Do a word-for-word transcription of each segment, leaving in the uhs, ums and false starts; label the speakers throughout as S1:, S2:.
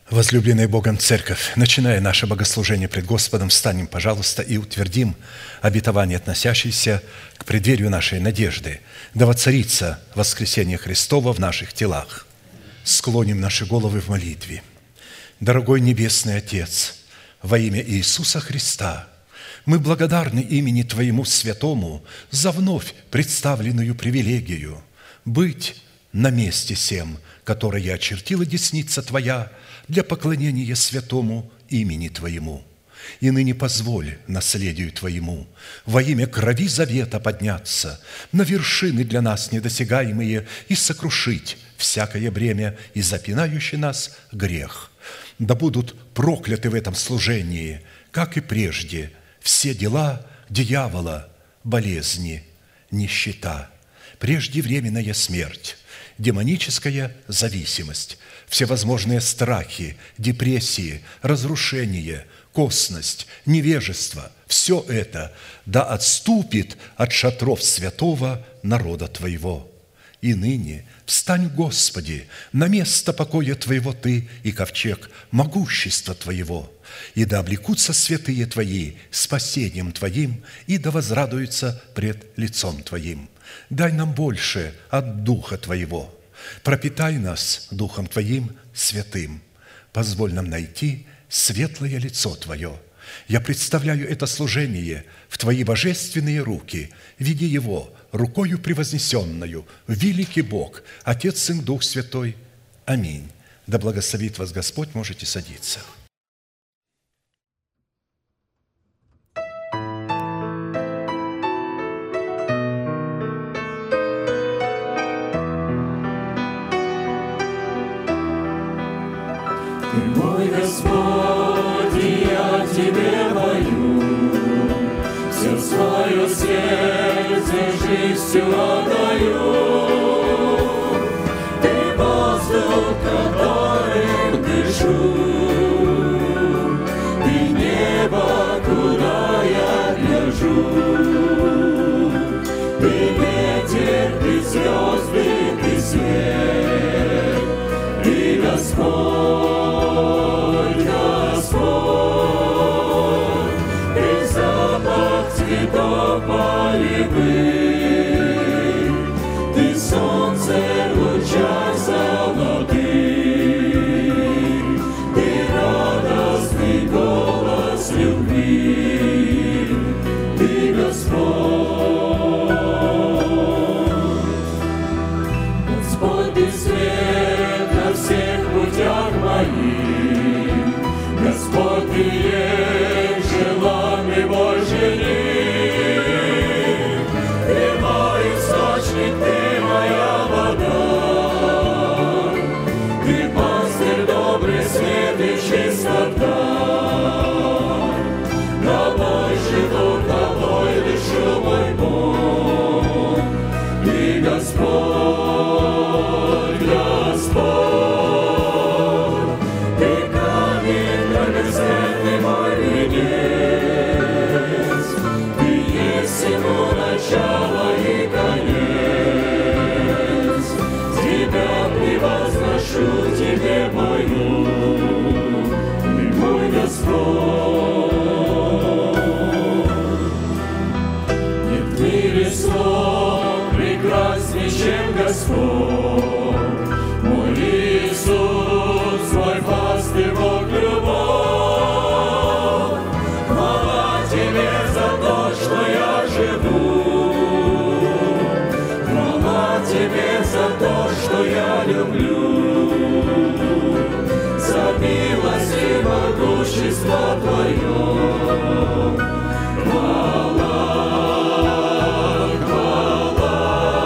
S1: Возлюбленная Богом Церковь, начиная наше богослужение пред Господом, встанем, пожалуйста, и утвердим обетование, относящееся к преддверию нашей надежды, да воцарится воскресение Христово в наших телах. Склоним наши головы в молитве. Дорогой Небесный Отец, во имя Иисуса Христа, мы благодарны имени Твоему Святому за вновь представленную привилегию быть на месте сем, которое очертила десница Твоя, для поклонения святому имени Твоему. И ныне позволь наследию Твоему во имя крови завета подняться на вершины для нас недосягаемые и сокрушить всякое бремя и запинающий нас грех. Да будут прокляты в этом служении, как и прежде, все дела дьявола, болезни, нищета, преждевременная смерть, демоническая зависимость, всевозможные страхи, депрессии, разрушение, косность, невежество – все это да отступит от шатров святого народа Твоего. И ныне встань, Господи, на место покоя Твоего Ты и ковчег могущества Твоего, и да облекутся святые Твои спасением Твоим, и да возрадуются пред лицом Твоим. Дай нам больше от Духа Твоего. Пропитай нас Духом Твоим святым. Позволь нам найти светлое лицо Твое. Я представляю это служение в Твои божественные руки, веди его рукою превознесенную, великий Бог, Отец, Сын, Дух Святой. Аминь. Да благословит вас Господь, можете садиться.
S2: Ты мой Господь, и я Тебе пою, все свое сердце, жизнь всю отдаю. Ты воздух, которым дышу, Ты небо, куда я гляжу, Ты ветер, Ты звезды, Ты свет, Ты Господь. Ты солнце в лучах золотых, Ты радостный голос любви, Ты Господь. Господь, Ты свет на всех путях моих, Господь, Ты есть желанный Божий мир. Ты моя вода, Ты пастырь добрый, свет и чистота. Тобой живу, Тобой дышу, мой Бог, Ты Господь, Господь. Ты камень драгоценный, мой венец, Ты есть всему начало и конец. Возношу Тебе мою, Ты мой Господь. Нет в мире слов прекрасней, чем Господь. Мой Иисус, свой пастырь, Бог, любовь. Хвала Тебе за то, что я живу. Хвала Тебе за то, что я люблю, за милость и могущество Твое. Хвала, хвала,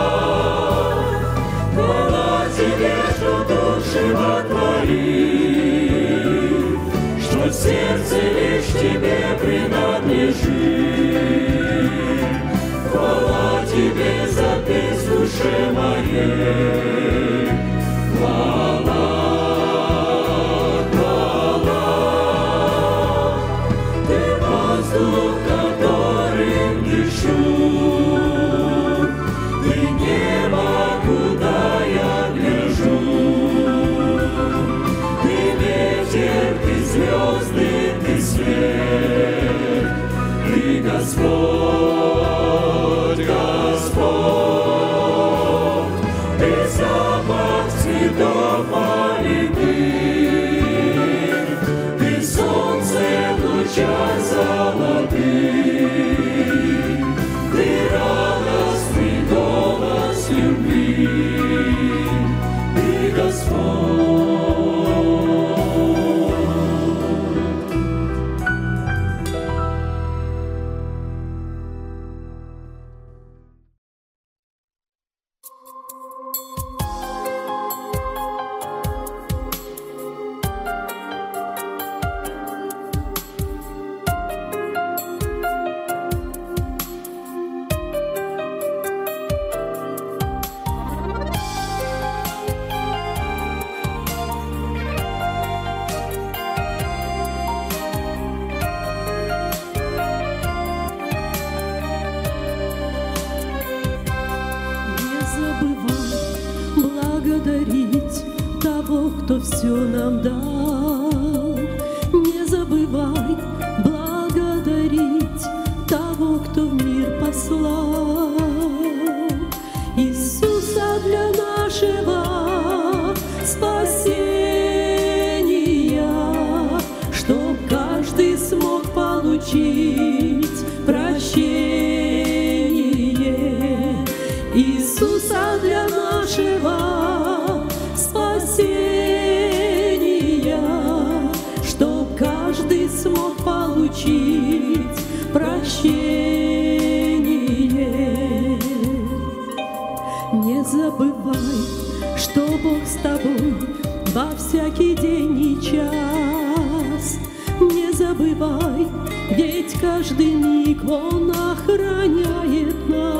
S2: хвала Тебе, что души твои, что сердце лишь Тебе принадлежит. Хвала Тебе за песнь в душе моей. Хвала, хвала, Ты воздух, которым дышу, Ты небо, куда я гляжу, Ты ветер, звезды, Ты свет, Ты Господь, Господь, Ты запах цветов полевых, Ты солнце в лучах золотых, Ты радостный голос любви, Ты Господь.
S3: Благодарить того, кто все нам дал. Не забывай благодарить того, кто в мир послал Иисуса для нашего спасения, чтоб каждый смог получить прощение. Иисуса для нашего спасения, чтоб каждый смог получить прощение. Не забывай, что Бог с тобой во всякий день и час. Не забывай, ведь каждый миг Он охраняет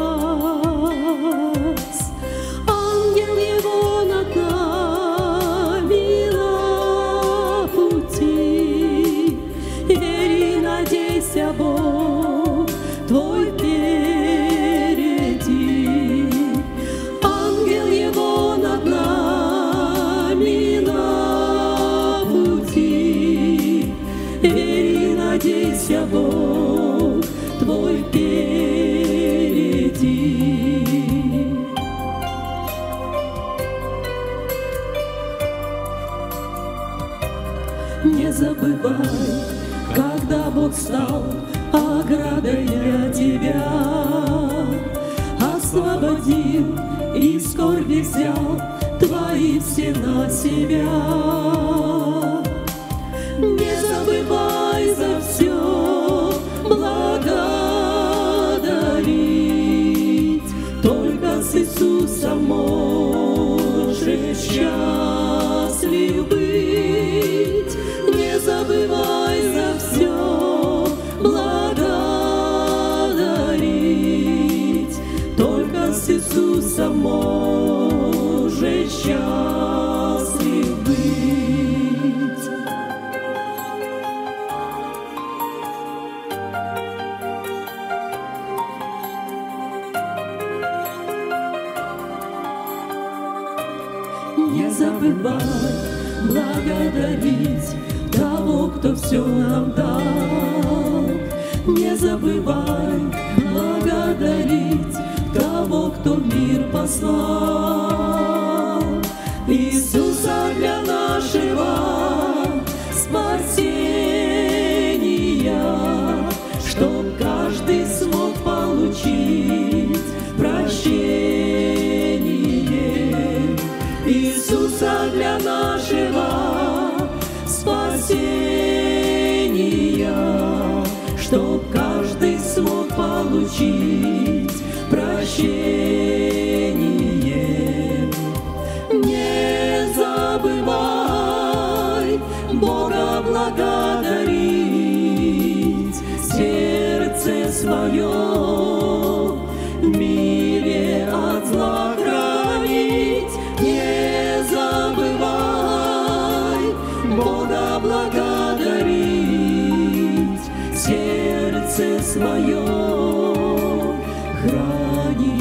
S3: нас. Ангел Его над нами на пути. Верь и надейся, Бог твой впереди. Ангел Его над нами на пути. Верь и надейся, Бог твой впереди. Не забывай, когда Бог стал оградой для тебя, освободил и скорби взял твои все на себя. Не забывай за все благодарить, только с Иисусом можешь счастлив быть. Не забывай за все благодарить, только с Иисусом можешь счастлив быть. Не забывай благодарить того, кто все нам дал. Не забывай благодарить того, кто в мир послал Иисуса для нашего спасения, чтоб каждый смог получить прощение. Иисуса для нашего спасения, чтоб каждый смог получить прощение. Не забывай Бога благодарить, сердце свое в мире от зла хранить. Не забывай Бога благодарить, сердце свое хранить.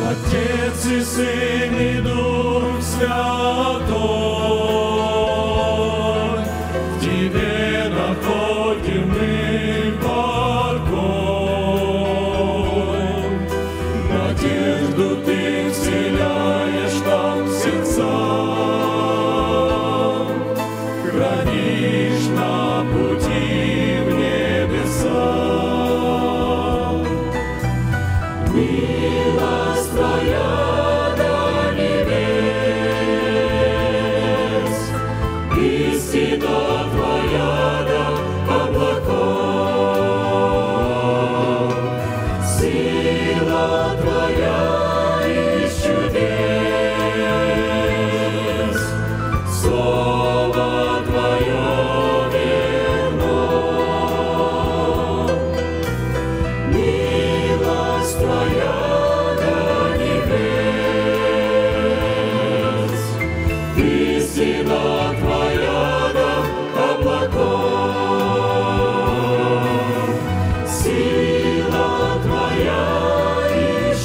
S2: Отец и Сын и Дух Святой, в Тебе находим мы покой. Надежду Ты вселяешь нам в сердца, хранишь на пути в небеса. Милость Твоя до небес, истина Твоя до облаков, сила Твоя из чудес, слово Твое верно. Милость Твоя до небес, истина Твоя до облаков, сила Твоя из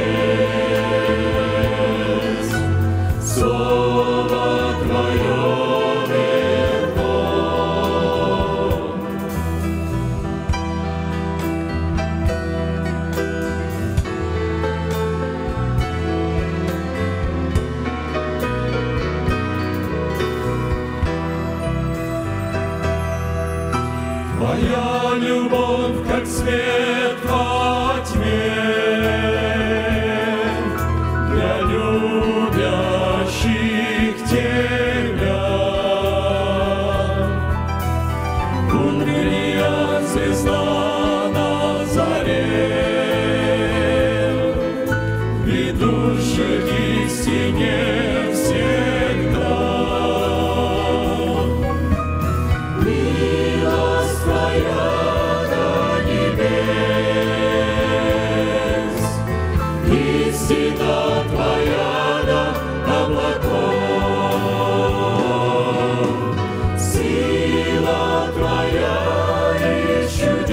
S2: чудес, слово Твое верно. Твоя любовь, как свет во тьме, для любящих Тебя. Утренняя звезда на заре, ведущая к истине всегда. Милость Твоя до небес, истина Твоя до облаков, сила Твоя из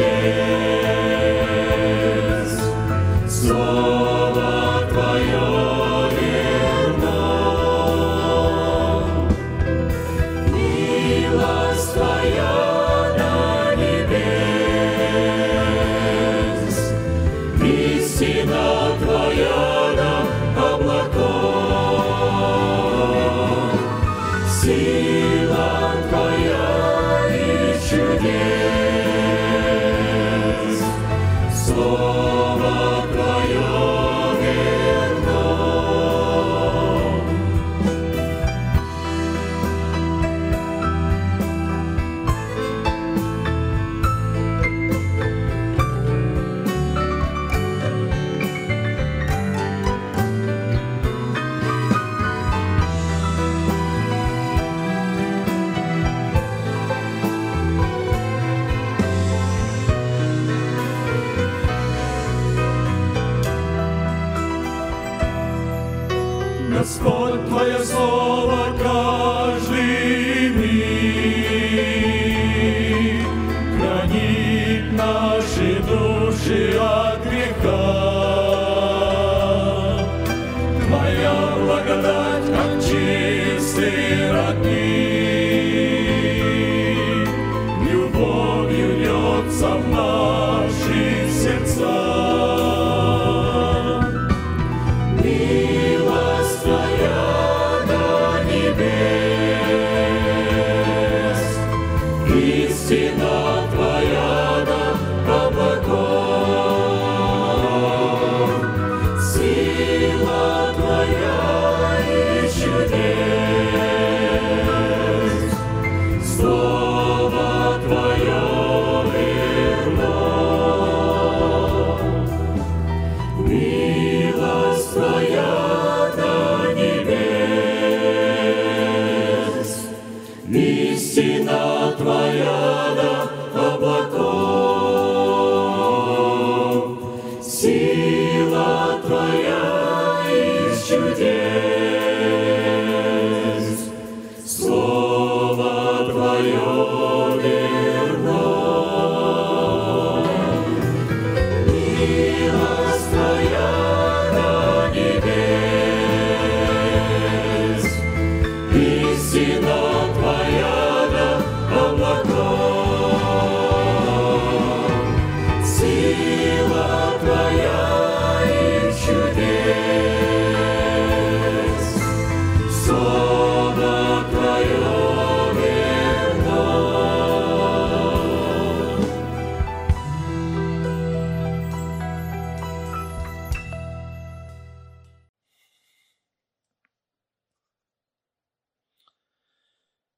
S2: чудес, слово Твое верно. Милость Твоя до небес, истина Твоя до облаков, сила Твоя из чудес, слово Твое верно. Господь, Твое слово каждый миг хранит наши души от греха. Твоя благодать, как чистый родник, любовью льется в наши сердца. Милость Твоя до небес,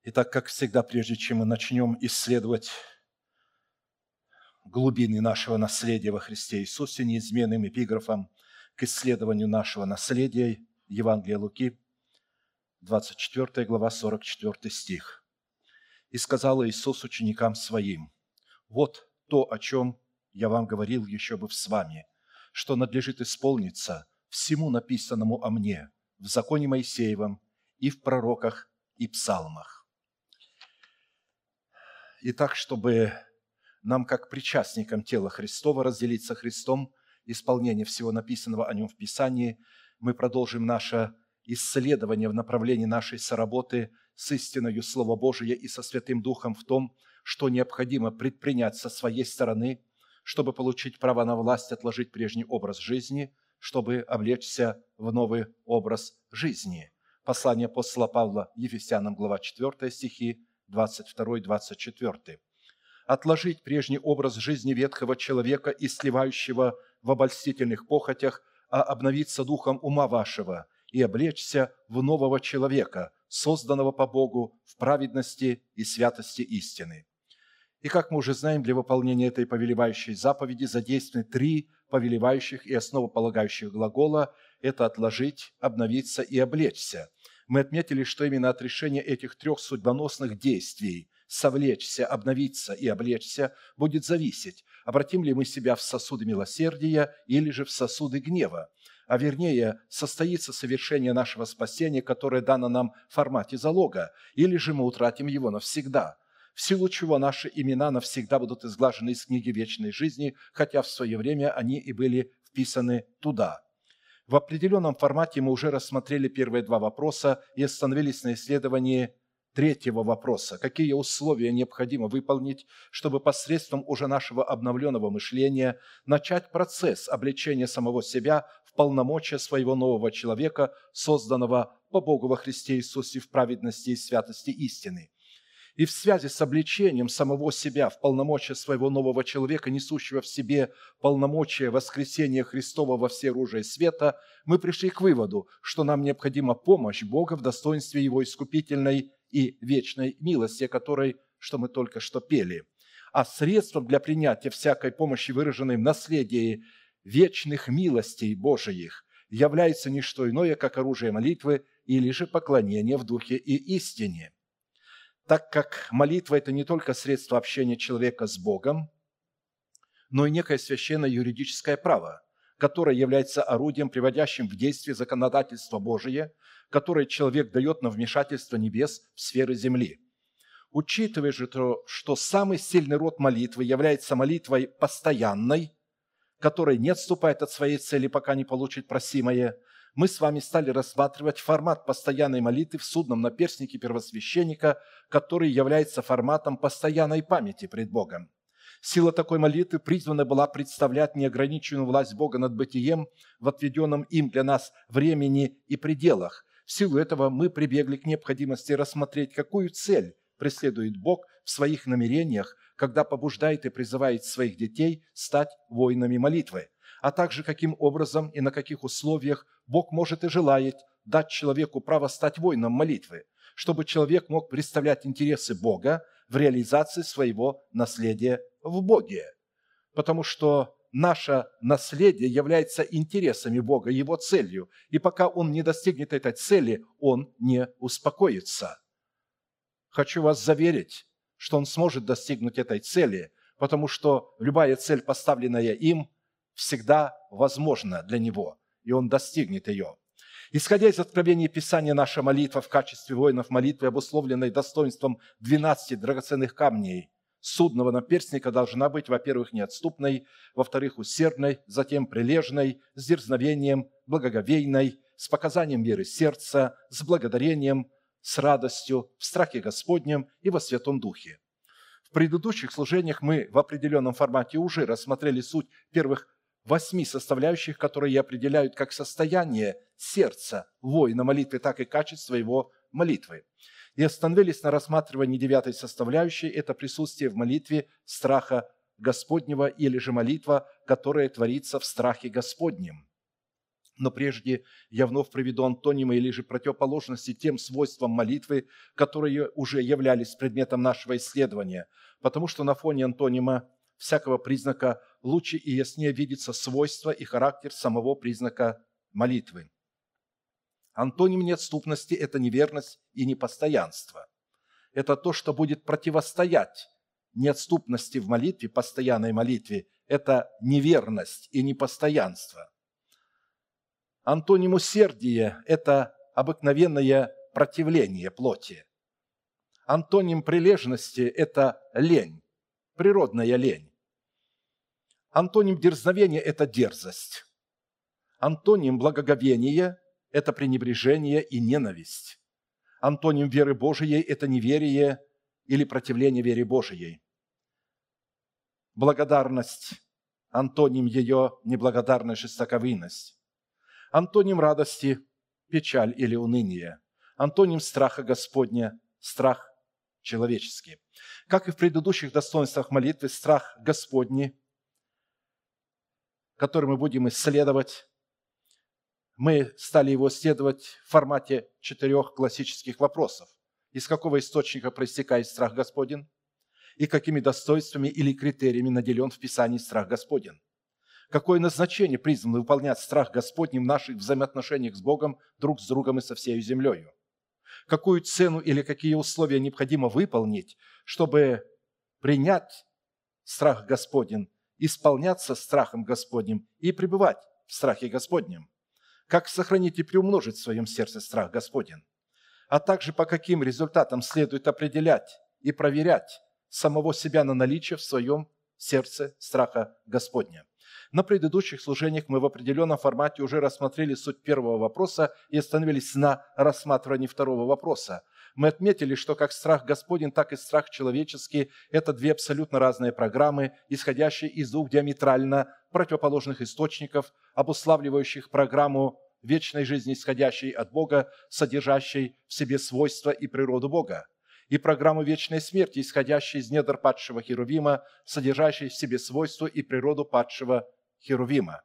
S1: Итак, как всегда, прежде чем мы начнем исследовать глубины нашего наследия во Христе Иисусе, неизменным эпиграфом к исследованию нашего наследия, Евангелие Луки, двадцать четвёртая глава, сорок четвёртый стих. «И сказал Иисус ученикам Своим: вот то, о чем я вам говорил еще бы с вами, что надлежит исполниться всему написанному о мне в законе Моисеевом и в пророках и псалмах». Итак, чтобы нам, как причастникам тела Христова, разделить со Христом исполнение всего написанного о Нем в Писании, мы продолжим наше исследование в направлении нашей соработы с истиною Слова Божия и со Святым Духом в том, что необходимо предпринять со своей стороны, чтобы получить право на власть, отложить прежний образ жизни, чтобы облечься в новый образ жизни. Послание апостола Павла Ефесянам, глава четвёртая, стихи двадцать второй двадцать четвёртый. «Отложить прежний образ жизни ветхого человека и сливающего в обольстительных похотях, а обновиться духом ума вашего и облечься в нового человека, созданного по Богу в праведности и святости истины». И, как мы уже знаем, для выполнения этой повелевающей заповеди задействованы три повелевающих и основополагающих глагола – это «отложить», «обновиться» и «облечься». Мы отметили, что именно от решения этих трех судьбоносных действий – совлечься, обновиться и облечься – будет зависеть, обратим ли мы себя в сосуды милосердия или же в сосуды гнева, а вернее, состоится совершение нашего спасения, которое дано нам в формате залога, или же мы утратим его навсегда, в силу чего наши имена навсегда будут изглажены из книги вечной жизни, хотя в свое время они и были вписаны туда. В определенном формате мы уже рассмотрели первые два вопроса и остановились на исследовании третьего вопроса. Какие условия необходимо выполнить, чтобы посредством уже нашего обновленного мышления начать процесс облечения самого себя в полномочия своего нового человека, созданного по Богу во Христе Иисусе в праведности и святости истины. И в связи с облечением самого себя в полномочия своего нового человека, несущего в себе полномочия воскресения Христова во все оружие света, мы пришли к выводу, что нам необходима помощь Бога в достоинстве Его искупительной и вечной милости, о которой, что мы только что пели. А средством для принятия всякой помощи, выраженной в наследии вечных милостей Божиих, является не что иное, как оружие молитвы или же поклонение в духе и истине. Так как молитва – это не только средство общения человека с Богом, но и некое священное юридическое право, которое является орудием, приводящим в действие законодательство Божие, которое человек дает на вмешательство небес в сферы земли. Учитывая же то, что самый сильный род молитвы является молитвой постоянной, которая не отступает от своей цели, пока не получит просимое, мы с вами стали рассматривать формат постоянной молитвы в судном наперстнике первосвященника, который является форматом постоянной памяти пред Богом. Сила такой молитвы призвана была представлять неограниченную власть Бога над бытием в отведенном им для нас времени и пределах. В силу этого мы прибегли к необходимости рассмотреть, какую цель преследует Бог в своих намерениях, когда побуждает и призывает своих детей стать воинами молитвы, а также каким образом и на каких условиях Бог может и желает дать человеку право стать воином молитвы, чтобы человек мог представлять интересы Бога в реализации своего наследия в Боге. Потому что наше наследие является интересами Бога, Его целью, и пока Он не достигнет этой цели, Он не успокоится. Хочу вас заверить, что Он сможет достигнуть этой цели, потому что любая цель, поставленная им, всегда возможна для Него, и Он достигнет ее. Исходя из откровения Писания, наша молитва в качестве воинов молитвы, обусловленной достоинством двенадцати драгоценных камней судного наперстника, должна быть, во-первых, неотступной, во-вторых, усердной, затем прилежной, с дерзновением, благоговейной, с показанием веры сердца, с благодарением, с радостью, в страхе Господнем и во Святом Духе. В предыдущих служениях мы в определенном формате уже рассмотрели суть первых восьми составляющих, которые определяют как состояние сердца воина молитвы, так и качество его молитвы. И остановились на рассматривании девятой составляющей – это присутствие в молитве страха Господнего или же молитва, которая творится в страхе Господнем. Но прежде я вновь приведу антонимы или же противоположности тем свойствам молитвы, которые уже являлись предметом нашего исследования, потому что на фоне антонима всякого признака лучше и яснее видится свойство и характер самого признака молитвы. Антоним неотступности – это неверность и непостоянство. Это то, что будет противостоять неотступности в молитве, постоянной молитве – это неверность и непостоянство. Антоним усердия – это обыкновенное противление плоти. Антоним прилежности – это лень, природная лень. Антоним дерзновения – это дерзость. Антоним благоговения – это пренебрежение и ненависть. Антоним веры Божией – это неверие или противление вере Божией. Благодарность – антоним ее неблагодарная жестоковыйность. Антоним радости – печаль или уныние. Антоним страха Господня – страх человеческий. Как и в предыдущих достоинствах молитвы, страх Господний, который мы будем исследовать, мы стали его исследовать в формате четырех классических вопросов. Из какого источника проистекает страх Господень? И какими достоинствами или критериями наделен в Писании страх Господень? Какое назначение призван выполнять страх Господний в наших взаимоотношениях с Богом, друг с другом и со всей землею? Какую цену или какие условия необходимо выполнить, чтобы принять страх Господень, исполняться страхом Господним и пребывать в страхе Господнем? Как сохранить и приумножить в своем сердце страх Господень? А также по каким результатам следует определять и проверять самого себя на наличие в своем сердце страха Господня. На предыдущих служениях мы в определенном формате уже рассмотрели суть первого вопроса и остановились на рассматривании второго вопроса. Мы отметили, что как страх Господень, так и страх человеческий – это две абсолютно разные программы, исходящие из двух диаметрально противоположных источников, обуславливающих программу вечной жизни, исходящей от Бога, содержащей в себе свойства и природу Бога, и программу вечной смерти, исходящей из недр падшего Херувима, содержащей в себе свойства и природу падшего Херувима.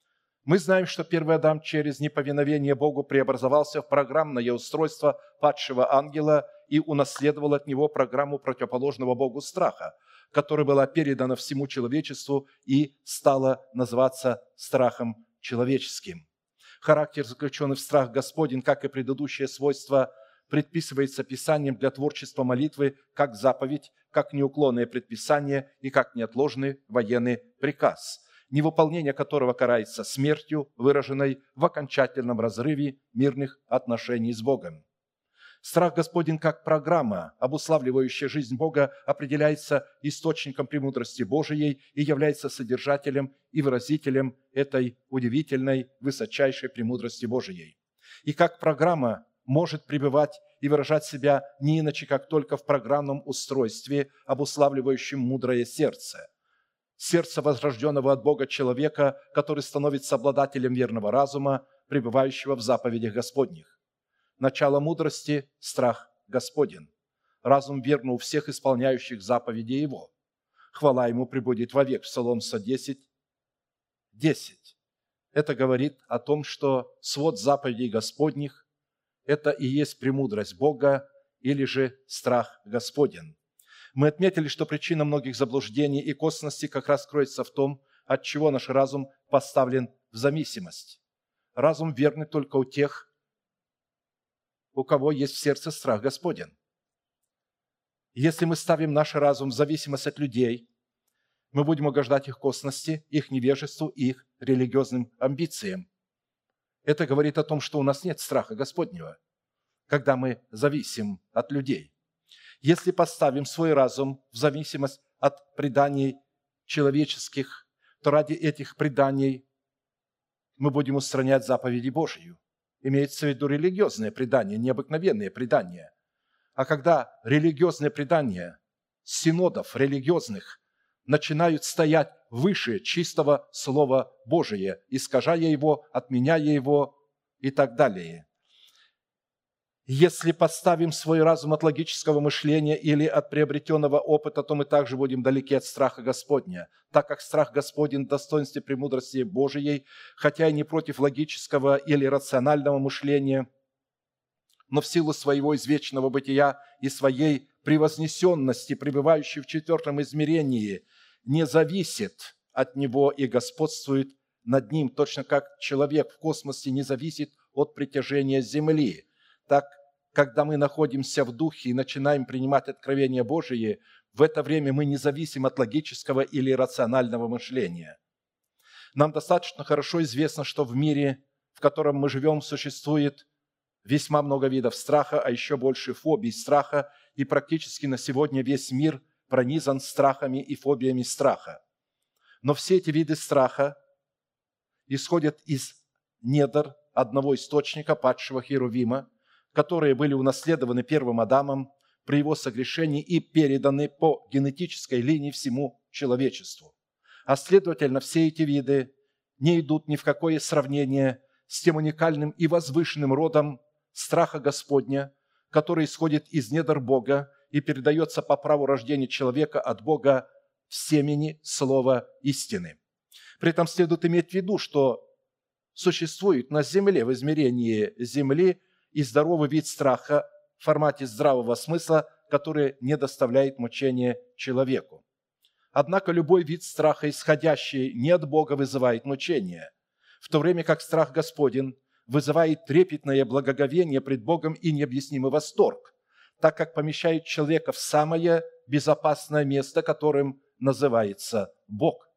S1: Мы знаем, что первый Адам через неповиновение Богу преобразовался в программное устройство падшего ангела и унаследовал от него программу противоположного Богу страха, которая была передана всему человечеству и стала называться страхом человеческим. Характер, заключенный в страх Господень, как и предыдущее свойство, предписывается Писанием для творчества молитвы как заповедь, как неуклонное предписание и как неотложный военный приказ, невыполнение которого карается смертью, выраженной в окончательном разрыве мирных отношений с Богом. Страх Господень как программа, обуславливающая жизнь Бога, определяется источником премудрости Божией и является содержателем и выразителем этой удивительной, высочайшей премудрости Божией. И как программа может пребывать и выражать себя не иначе, как только в программном устройстве, обуславливающем мудрое сердце. Сердце возрожденного от Бога человека, который становится обладателем верного разума, пребывающего в заповедях Господних. Начало мудрости – страх Господень. Разум верно у всех исполняющих заповеди Его. Хвала Ему пребудет вовек. Псалом сто десять, десять. Это говорит о том, что свод заповедей Господних – это и есть премудрость Бога или же страх Господень. Мы отметили, что причина многих заблуждений и косности как раз кроется в том, от чего наш разум поставлен в зависимость. Разум верный только у тех, у кого есть в сердце страх Господень. Если мы ставим наш разум в зависимость от людей, мы будем угождать их косности, их невежеству и их религиозным амбициям. Это говорит о том, что у нас нет страха Господнего, когда мы зависим от людей. Если поставим свой разум в зависимость от преданий человеческих, то ради этих преданий мы будем устранять заповеди Божию. Имеется в виду религиозные предания, необыкновенные предания. А когда религиозные предания синодов религиозных начинают стоять выше чистого Слова Божия, искажая его, отменяя его и так далее. Если поставим свой разум от логического мышления или от приобретенного опыта, то мы также будем далеки от страха Господня, так как страх Господень в достоинстве премудрости Божией, хотя и не против логического или рационального мышления, но в силу своего извечного бытия и своей превознесенности, пребывающей в четвертом измерении, не зависит от него и господствует над ним, точно как человек в космосе не зависит от притяжения Земли. Так, когда мы находимся в Духе и начинаем принимать откровения Божие, в это время мы не зависим от логического или рационального мышления. Нам достаточно хорошо известно, что в мире, в котором мы живем, существует весьма много видов страха, а еще больше фобий страха, и практически на сегодня весь мир пронизан страхами и фобиями страха. Но все эти виды страха исходят из недр одного источника, падшего Херувима, которые были унаследованы первым Адамом при его согрешении и переданы по генетической линии всему человечеству. А следовательно, все эти виды не идут ни в какое сравнение с тем уникальным и возвышенным родом страха Господня, который исходит из недр Бога и передается по праву рождения человека от Бога в семени слова истины. При этом следует иметь в виду, что существует на земле, в измерении земли, и здоровый вид страха в формате здравого смысла, который не доставляет мучения человеку. Однако любой вид страха, исходящий не от Бога, вызывает мучение, в то время как страх Господень вызывает трепетное благоговение пред Богом и необъяснимый восторг, так как помещает человека в самое безопасное место, которым называется Бог.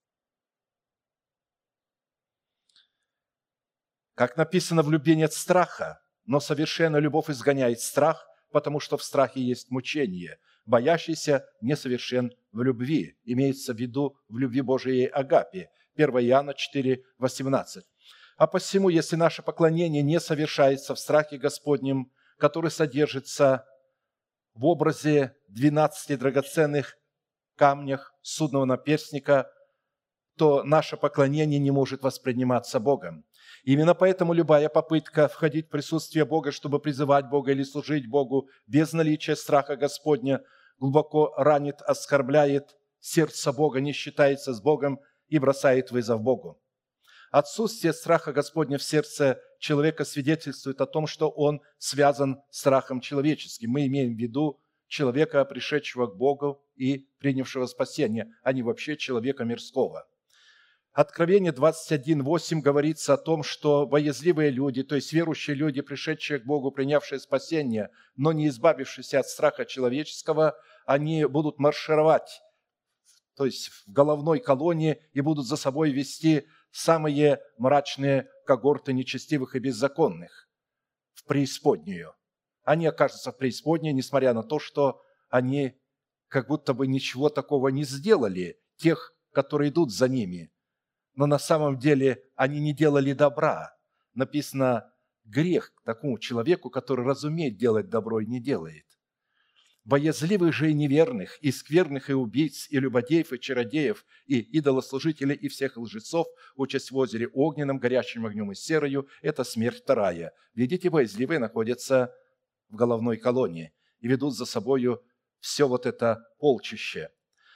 S1: Как написано, в любви нет страха, но совершенная любовь изгоняет страх, потому что в страхе есть мучение. Боящийся несовершен в любви. Имеется в виду в любви Божией Агапе. первое Иоанна четыре, восемнадцать. А посему, если наше поклонение не совершается в страхе Господнем, который содержится в образе двенадцати драгоценных камнях судного наперстника, то наше поклонение не может восприниматься Богом. Именно поэтому любая попытка входить в присутствие Бога, чтобы призывать Бога или служить Богу без наличия страха Господня, глубоко ранит, оскорбляет сердце Бога, не считается с Богом и бросает вызов Богу. Отсутствие страха Господня в сердце человека свидетельствует о том, что он связан с страхом человеческим. Мы имеем в виду человека, пришедшего к Богу и принявшего спасение, а не вообще человека мирского. Откровение двадцать один, восемь говорится о том, что боязливые люди, то есть верующие люди, пришедшие к Богу, принявшие спасение, но не избавившиеся от страха человеческого, они будут маршировать, то есть в головной колонне, и будут за собой вести самые мрачные когорты нечестивых и беззаконных в преисподнюю. Они окажутся в преисподней, несмотря на то, что они как будто бы ничего такого не сделали, тех, которые идут за ними. Но на самом деле они не делали добра. Написано, грех такому человеку, который разумеет делать добро и не делает. Боязливых же и неверных, и скверных, и убийц, и любодеев, и чародеев, и идолослужителей, и всех лжецов, участь в озере огненном, горящим огнем и серою – это смерть вторая. Видите, боязливые находятся в головной колонии и ведут за собою все вот это полчище.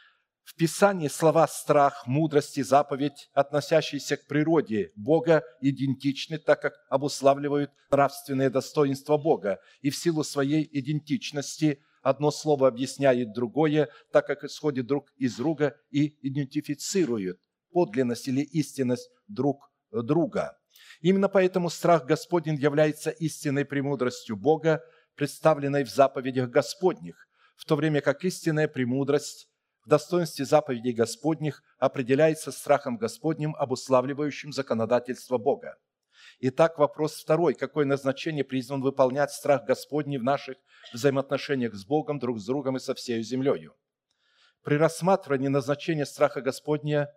S1: В Писании слова «страх», «мудрость» и «заповедь», относящиеся к природе Бога, идентичны, так как обуславливают нравственные достоинства Бога. И в силу своей идентичности одно слово объясняет другое, так как исходит друг из друга и идентифицирует подлинность или истинность друг друга. Именно поэтому страх Господень является истинной премудростью Бога, представленной в заповедях Господних, в то время как истинная премудрость в достоинстве заповедей Господних определяется страхом Господним, обуславливающим законодательство Бога. Итак, вопрос второй. Какое назначение призван выполнять страх Господний в наших взаимоотношениях с Богом, друг с другом и со всей землею? При рассматривании назначения страха Господня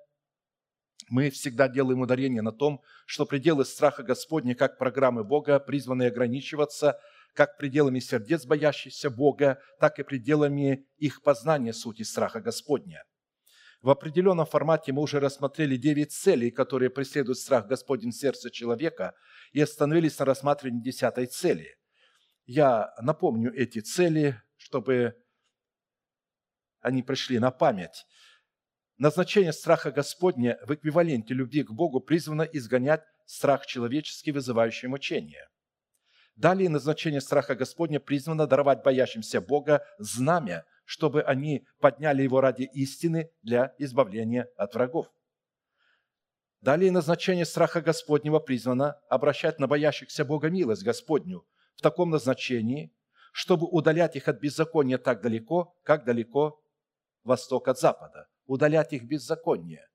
S1: мы всегда делаем ударение на том, что пределы страха Господня, как программы Бога, призваны ограничиваться как пределами сердец, боящихся Бога, так и пределами их познания сути страха Господня. В определенном формате мы уже рассмотрели девять целей, которые преследует страх Господень в сердце человека, и остановились на рассматривании десятой цели. Я напомню эти цели, чтобы они пришли на память. Назначение страха Господня в эквиваленте любви к Богу призвано изгонять страх человеческий, вызывающий мучение. Далее назначение страха Господня призвано даровать боящимся Бога знамя, чтобы они подняли его ради истины для избавления от врагов. Далее назначение страха Господнего призвано обращать на боящихся Бога милость Господню в таком назначении, чтобы удалять их от беззакония так далеко, как далеко восток от запада. Удалять их беззаконие.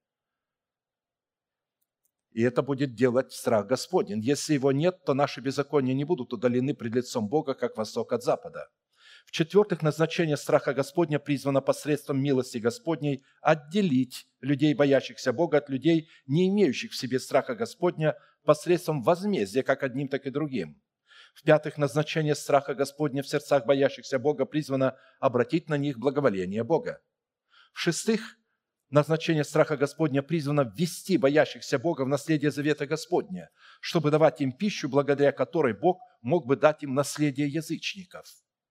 S1: И это будет делать страх Господень. Если его нет, то наши беззакония не будут удалены пред лицом Бога, как восток от запада. В-четвертых, назначение страха Господня призвано посредством милости Господней отделить людей, боящихся Бога, от людей, не имеющих в себе страха Господня, посредством возмездия как одним, так и другим. В-пятых, назначение страха Господня в сердцах боящихся Бога призвано обратить на них благоволение Бога. В-шестых, назначение страха Господня призвано ввести боящихся Бога в наследие завета Господня, чтобы давать им пищу, благодаря которой Бог мог бы дать им наследие язычников.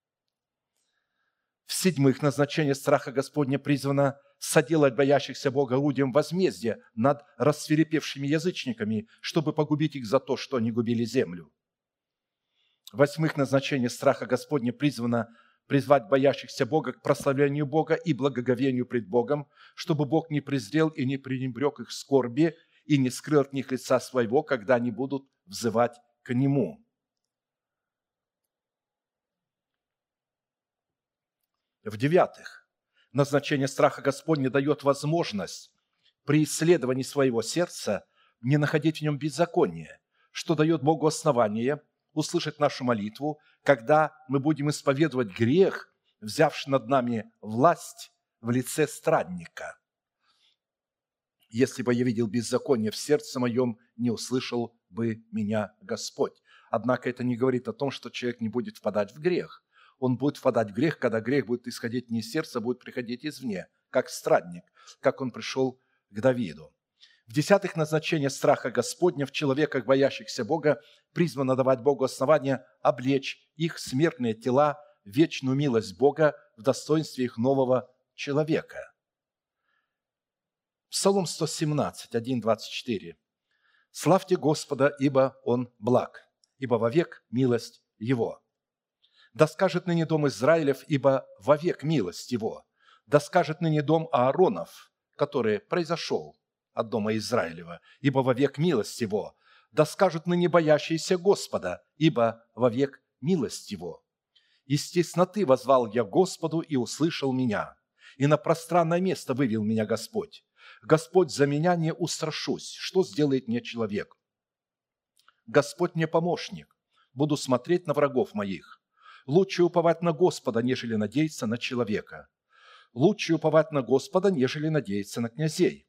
S1: В-седьмых, назначение страха Господня призвано соделать боящихся Бога орудием возмездия над рассвирепевшими язычниками, чтобы погубить их за то, что они губили землю. В-восьмых, назначение страха Господня призвано призвать боящихся Бога к прославлению Бога и благоговению пред Богом, чтобы Бог не презрел и не пренебрег их скорби и не скрыл от них лица своего, когда они будут взывать к Нему. В-девятых, назначение страха Господня дает возможность при исследовании своего сердца не находить в нем беззакония, что дает Богу основание услышать нашу молитву, когда мы будем исповедовать грех, взявший над нами власть в лице странника. Если бы я видел беззаконие в сердце моем, не услышал бы меня Господь. Однако это не говорит о том, что человек не будет впадать в грех. Он будет впадать в грех, когда грех будет исходить не из сердца, а будет приходить извне, как странник, как он пришел к Давиду. В-десятых, назначение страха Господня в человеках, боящихся Бога, призвано давать Богу основание облечь их смертные тела в вечную милость Бога в достоинстве их нового человека. Псалом сто семнадцать, один, двадцать четыре. «Славьте Господа, ибо Он благ, ибо вовек милость Его. Да скажет ныне дом Израилев, ибо вовек милость Его. Да скажет ныне дом Ааронов, который произошел от дома Израилева, ибо вовек милость Его. Да скажут ныне боящиеся Господа, ибо вовек милость Его. Из тесноты воззвал я к Господу, и услышал меня, и на пространное место вывел меня Господь. Господь, за меня не устрашусь, что сделает мне человек? Господь мне помощник, буду смотреть на врагов моих. Лучше уповать на Господа, нежели надеяться на человека. Лучше уповать на Господа, нежели надеяться на князей.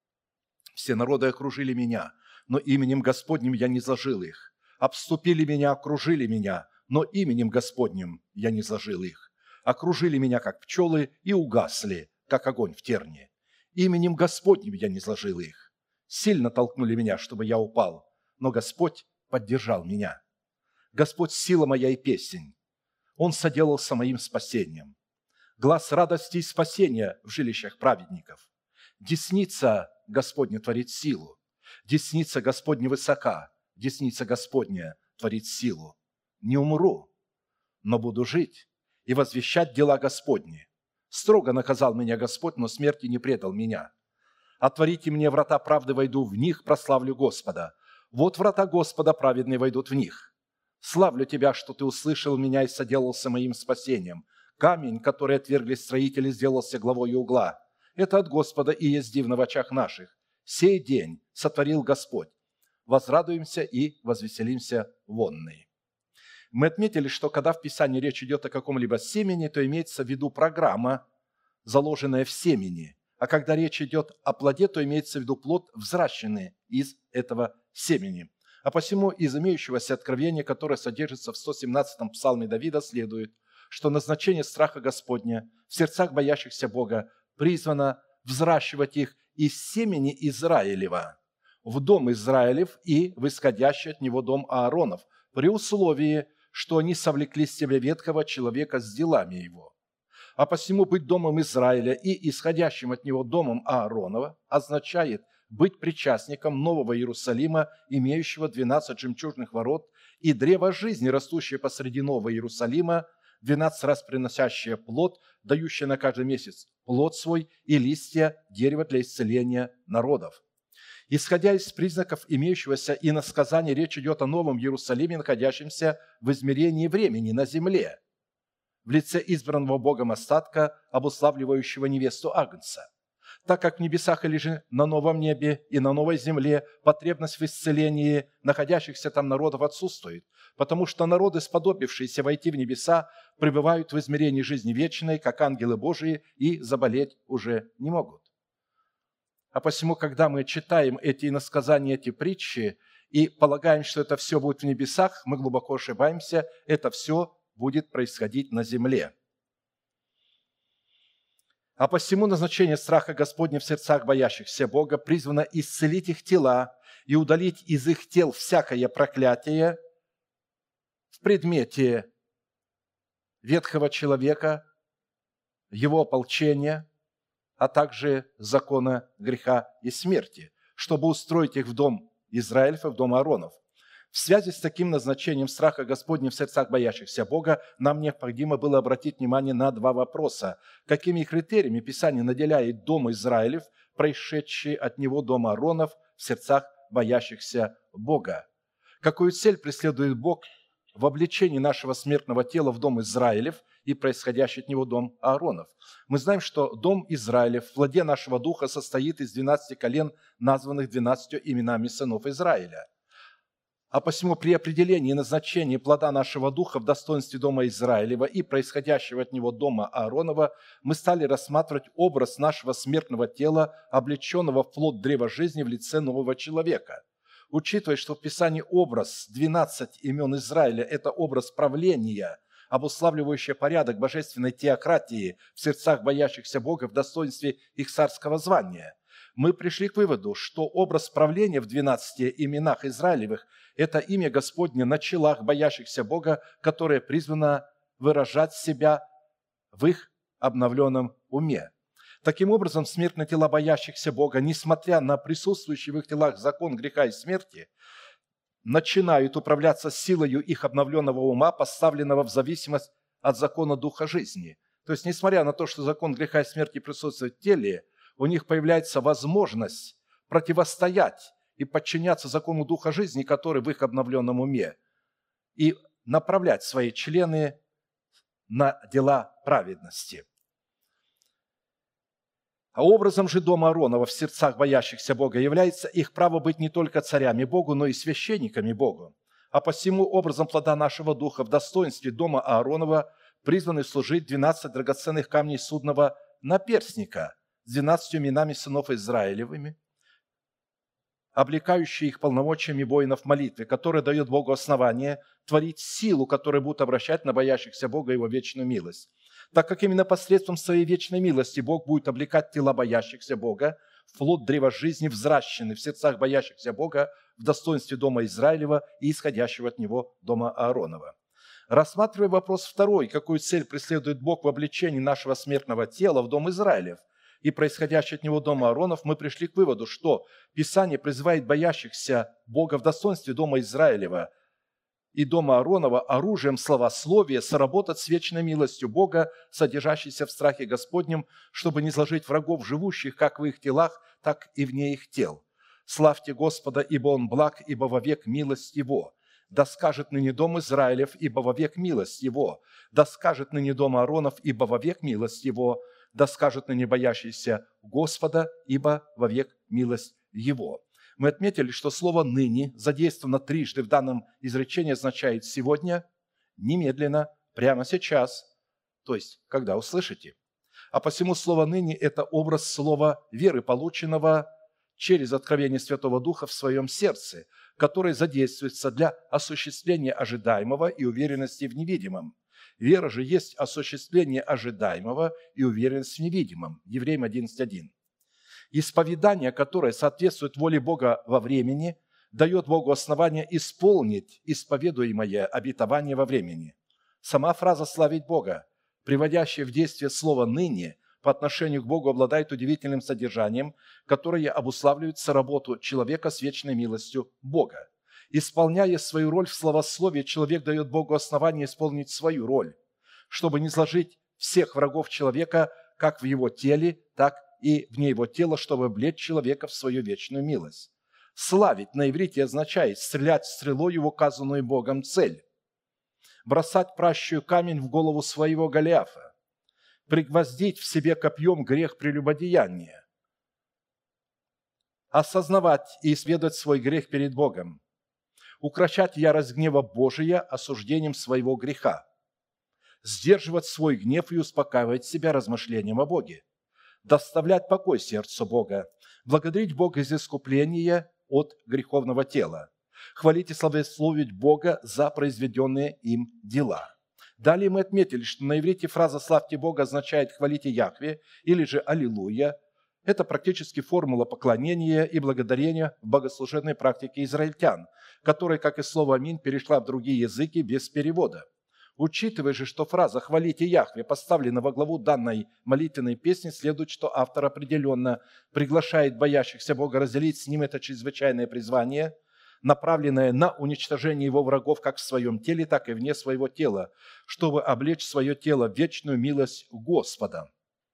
S1: Все народы окружили меня, но именем Господним я не зажил их. Обступили меня, окружили меня, но именем Господним я не зажил их. Окружили меня, как пчелы, и угасли, как огонь в терне. Именем Господним я не зажил их. Сильно толкнули меня, чтобы я упал, но Господь поддержал меня. Господь – сила моя и песень. Он соделался моим спасением. Глас радости и спасения в жилищах праведников. Десница Господня творит силу. Десница Господня высока. Десница Господня творит силу. Не умру, но буду жить и возвещать дела Господни. Строго наказал меня Господь, но смерти не предал меня. Отворите мне врата правды, войду в них, прославлю Господа. Вот врата Господа праведные войдут в них. Славлю Тебя, что Ты услышал меня и соделался моим спасением. Камень, который отвергли строители, сделался главой угла. Это от Господа и есть дивно в очах наших. Сей день сотворил Господь. Возрадуемся и возвеселимся вонный». Мы отметили, что когда в Писании речь идет о каком-либо семени, то имеется в виду программа, заложенная в семени. А когда речь идет о плоде, то имеется в виду плод, взращенный из этого семени. А посему из имеющегося откровения, которое содержится в сто семнадцатом псалме Давида, следует, что назначение страха Господня в сердцах боящихся Бога призвано взращивать их из семени Израилева в дом Израилев и в исходящий от него дом Ааронов, при условии, что они совлекли с себя ветхого человека с делами его. А посему быть домом Израиля и исходящим от него домом Ааронова означает быть причастником Нового Иерусалима, имеющего двенадцать жемчужных ворот, и древо жизни, растущее посреди Нового Иерусалима, двенадцать раз приносящее плод, дающее на каждый месяц плод свой, и листья дерева для исцеления народов. Исходя из признаков имеющегося иносказания, речь идет о Новом Иерусалиме, находящемся в измерении времени на земле, в лице избранного Богом остатка, обуславливающего невесту Агнца. Так как в небесах или же на новом небе и на новой земле потребность в исцелении находящихся там народов отсутствует, потому что народы, сподобившиеся войти в небеса, пребывают в измерении жизни вечной, как ангелы Божии, и заболеть уже не могут. А посему, когда мы читаем эти иносказания, эти притчи, и полагаем, что это все будет в небесах, мы глубоко ошибаемся, это все будет происходить на земле. А посему назначение страха Господня в сердцах боящихся Бога призвано исцелить их тела и удалить из их тел всякое проклятие в предмете ветхого человека, его ополчения, а также закона греха и смерти, чтобы устроить их в дом Израилев и в дом Ааронов. В связи с таким назначением страха Господня в сердцах боящихся Бога нам необходимо было обратить внимание на два вопроса. Какими критериями Писание наделяет дом Израилев, происшедший от него дом Ааронов, в сердцах боящихся Бога? Какую цель преследует Бог в облечении нашего смертного тела в дом Израилев и происходящий от него дом Ааронов? Мы знаем, что дом Израилев в плоде нашего духа состоит из двенадцати колен, названных двенадцатью именами сынов Израиля. А посему при определении и назначении плода нашего духа в достоинстве дома Израилева и происходящего от него дома Ааронова мы стали рассматривать образ нашего смертного тела, облеченного в плод древа жизни в лице нового человека. Учитывая, что в Писании образ двенадцать имен Израиля – это образ правления, обуславливающий порядок божественной теократии в сердцах боящихся Бога в достоинстве их царского звания, мы пришли к выводу, что образ правления в двенадцати именах Израилевых – это имя Господне на челах боящихся Бога, которое призвано выражать себя в их обновленном уме. Таким образом, смертные тела боящихся Бога, несмотря на присутствующий в их телах закон греха и смерти, начинают управляться силою их обновленного ума, поставленного в зависимость от закона Духа жизни. То есть, несмотря на то, что закон греха и смерти присутствует в теле, у них появляется возможность противостоять и подчиняться закону Духа жизни, который в их обновленном уме, и направлять свои члены на дела праведности. А образом же дома Ааронова в сердцах боящихся Бога является их право быть не только царями Богу, но и священниками Богу. А посему образом плода нашего духа в достоинстве дома Ааронова призваны служить двенадцать драгоценных камней судного наперстника с двенадцатью именами сынов Израилевыми, облекающие их полномочиями воинов молитвы, который дает Богу основание творить силу, которая будет обращать на боящихся Бога Его вечную милость. Так как именно посредством своей вечной милости Бог будет облекать тела боящихся Бога в плод древа жизни, взращенный в сердцах боящихся Бога в достоинстве дома Израилева и исходящего от него дома Ааронова. Рассматривая вопрос второй, какую цель преследует Бог в облечении нашего смертного тела в дом Израилев и происходящий от него дом Ааронов, мы пришли к выводу, что Писание призывает боящихся Бога в достоинстве дома Израилева и дома Ааронова оружием славословия соработать с вечной милостью Бога, содержащейся в страхе Господнем, чтобы не изложить врагов, живущих как в их телах, так и вне их тел. Славьте Господа, ибо Он благ, ибо вовек милость Его. Да скажет ныне дом Израилев, ибо вовек милость Его. Да скажет ныне дом Ааронов, ибо вовек милость Его. Да скажет ныне боящийся Господа, ибо вовек милость Его. Мы отметили, что слово «ныне» задействовано трижды в данном изречении, означает «сегодня», «немедленно», «прямо сейчас», то есть «когда услышите». А посему слово «ныне» – это образ слова веры, полученного через откровение Святого Духа в своем сердце, которое задействуется для осуществления ожидаемого и уверенности в невидимом. Вера же есть осуществление ожидаемого и уверенность в невидимом. Евреям одиннадцать один. Исповедание, которое соответствует воле Бога во времени, дает Богу основание исполнить исповедуемое обетование во времени. Сама фраза «славить Бога», приводящая в действие слово «ныне», по отношению к Богу обладает удивительным содержанием, которое обуславливает соработу человека с вечной милостью Бога. Исполняя свою роль в словословии, человек дает Богу основание исполнить свою роль, чтобы не сложить всех врагов человека как в его теле, так и вне его тела, чтобы облечь человека в свою вечную милость. Славить на иврите означает стрелять стрелой в указанную Богом цель, бросать пращую камень в голову своего Голиафа, пригвоздить в себе копьем грех прелюбодеяния, осознавать и исследовать свой грех перед Богом, укрощать ярость гнева Божия осуждением своего греха, сдерживать свой гнев и успокаивать себя размышлением о Боге, доставлять покой сердцу Бога, благодарить Бога за искупление от греховного тела, хвалить и славословить Бога за произведенные им дела. Далее мы отметили, что на иврите фраза «славьте Бога» означает «хвалите Яхве» или же «Аллилуйя». Это практически формула поклонения и благодарения в богослужебной практике израильтян, которая, как и слово «аминь», перешла в другие языки без перевода. Учитывая же, что фраза «хвалите Яхве» поставлена во главу данной молитвенной песни, следует, что автор определенно приглашает боящихся Бога разделить с ним это чрезвычайное призвание, направленное на уничтожение его врагов как в своем теле, так и вне своего тела, чтобы облечь свое тело в вечную милость Господа.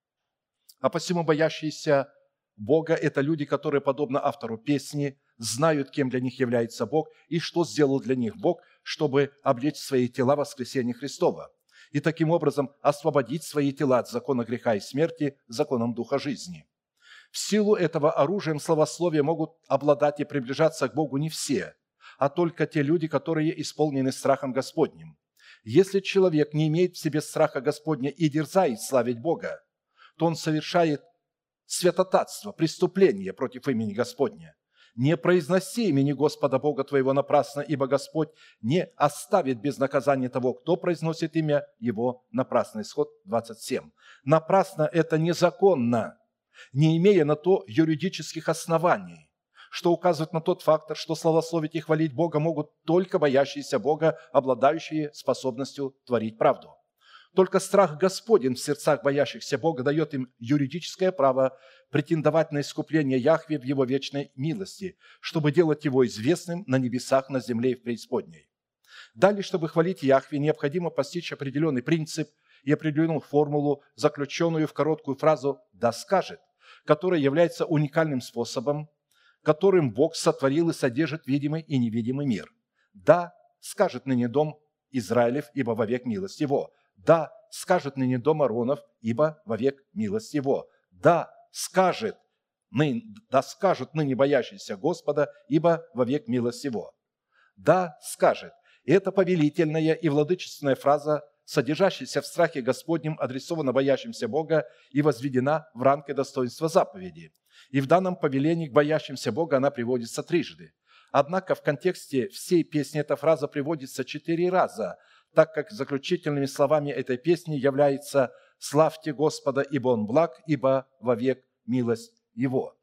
S1: А посему боящиеся Бога – это люди, которые, подобно автору песни, знают, кем для них является Бог и что сделал для них Бог, чтобы облечь свои тела в воскресение Христова и таким образом освободить свои тела от закона греха и смерти законом Духа жизни. В силу этого оружием славословия могут обладать и приближаться к Богу не все, а только те люди, которые исполнены страхом Господним. Если человек не имеет в себе страха Господня и дерзает славить Бога, то он совершает святотатство, преступление против имени Господня. Не произноси имени Господа Бога твоего напрасно, ибо Господь не оставит без наказания того, кто произносит имя Его напрасно. Исход двадцать семь. Напрасно – это незаконно, не имея на то юридических оснований, что указывает на тот фактор, что славословить и хвалить Бога могут только боящиеся Бога, обладающие способностью творить правду. Только страх Господень в сердцах боящихся Бога дает им юридическое право претендовать на искупление Яхве в Его вечной милости, чтобы делать Его известным на небесах, на земле и в преисподней. Далее, чтобы хвалить Яхве, необходимо постичь определенный принцип и определенную формулу, заключенную в короткую фразу «да скажет», которая является уникальным способом, которым Бог сотворил и содержит видимый и невидимый мир. «Да скажет ныне дом Израилев, ибо вовек милость Его». «Да скажет ныне дом Аронов, ибо вовек милость Его». «Да скажет, ныне, да скажут ныне боящиеся Господа, ибо вовек милость Его». «Да скажет». Это повелительная и владычественная фраза, содержащаяся в страхе Господнем, адресована боящимся Бога и возведена в ранг и достоинство заповеди. И в данном повелении к боящимся Бога она приводится трижды. Однако в контексте всей песни эта фраза приводится четыре раза, так как заключительными словами этой песни является «Славьте Господа, ибо Он благ, ибо вовек милость Его».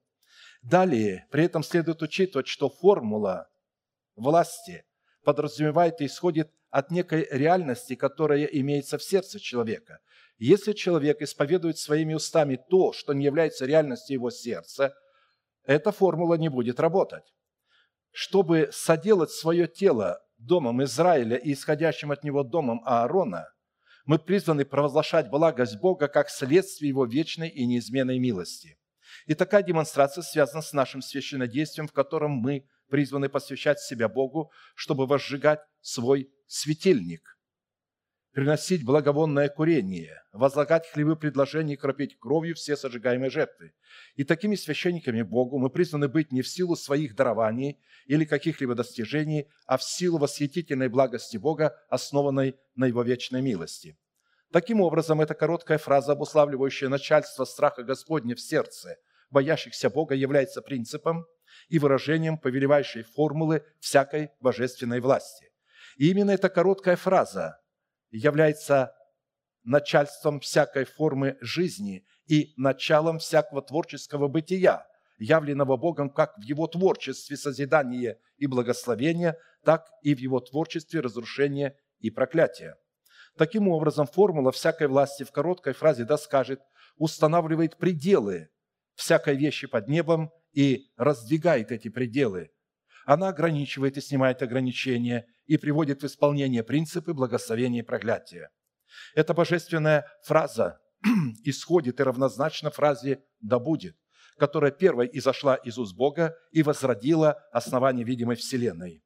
S1: Далее, при этом следует учитывать, что формула власти подразумевает и исходит от некой реальности, которая имеется в сердце человека. Если человек исповедует своими устами то, что не является реальностью его сердца, эта формула не будет работать. Чтобы соделать свое тело домом Израиля и исходящим от него домом Аарона, мы призваны провозглашать благость Бога как следствие Его вечной и неизменной милости. И такая демонстрация связана с нашим священнодействием, в котором мы призваны посвящать себя Богу, чтобы возжигать свой светильник, приносить благовонное курение, возлагать хлебы предложений и кропить кровью все сожигаемые жертвы. И такими священниками Богу мы призваны быть не в силу своих дарований или каких-либо достижений, а в силу восхитительной благости Бога, основанной на Его вечной милости. Таким образом, эта короткая фраза, обуславливающая начальство страха Господня в сердце боящихся Бога, является принципом и выражением повелевающей формулы всякой божественной власти. И именно эта короткая фраза является начальством всякой формы жизни и началом всякого творческого бытия. явленного Богом как в Его творчестве созидания и благословения, так и в Его творчестве разрушения и проклятия. Таким образом, формула всякой власти в короткой фразе «да скажет» устанавливает пределы всякой вещи под небом и раздвигает эти пределы. Она ограничивает и снимает ограничения и приводит в исполнение принципы благословения и проклятия. Эта божественная фраза исходит и равнозначна фразе «да будет», которая первой изошла из уст Бога и возродила основание видимой вселенной.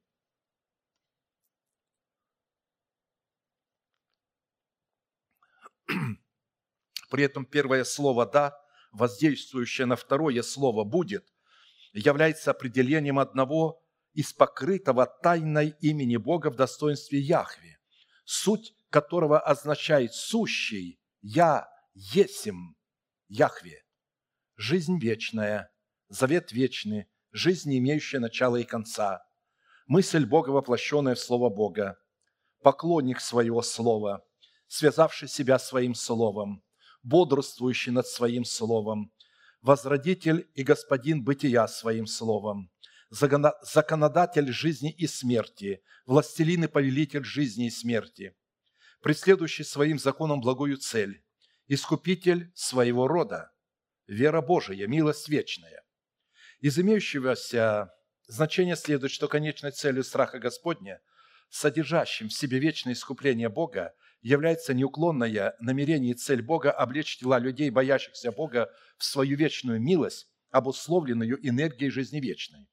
S1: При этом первое слово «да», воздействующее на второе слово «будет», является определением одного из покрытого тайной имени Бога в достоинстве Яхве, суть которого означает «сущий», «я есим», Яхве. Жизнь вечная, завет вечный, жизнь, не имеющая начала и конца, мысль Бога, воплощенная в Слово Бога, поклонник своего Слова, связавший себя своим Словом, бодрствующий над своим Словом, возродитель и господин бытия своим Словом, законодатель жизни и смерти, властелин и повелитель жизни и смерти, преследующий своим законом благую цель, искупитель своего рода, вера Божия, милость вечная. Из имеющегося значения следует, что конечной целью страха Господня, содержащим в себе вечное искупление Бога, является неуклонное намерение и цель Бога облечь тела людей, боящихся Бога, в свою вечную милость, обусловленную энергией жизни вечной.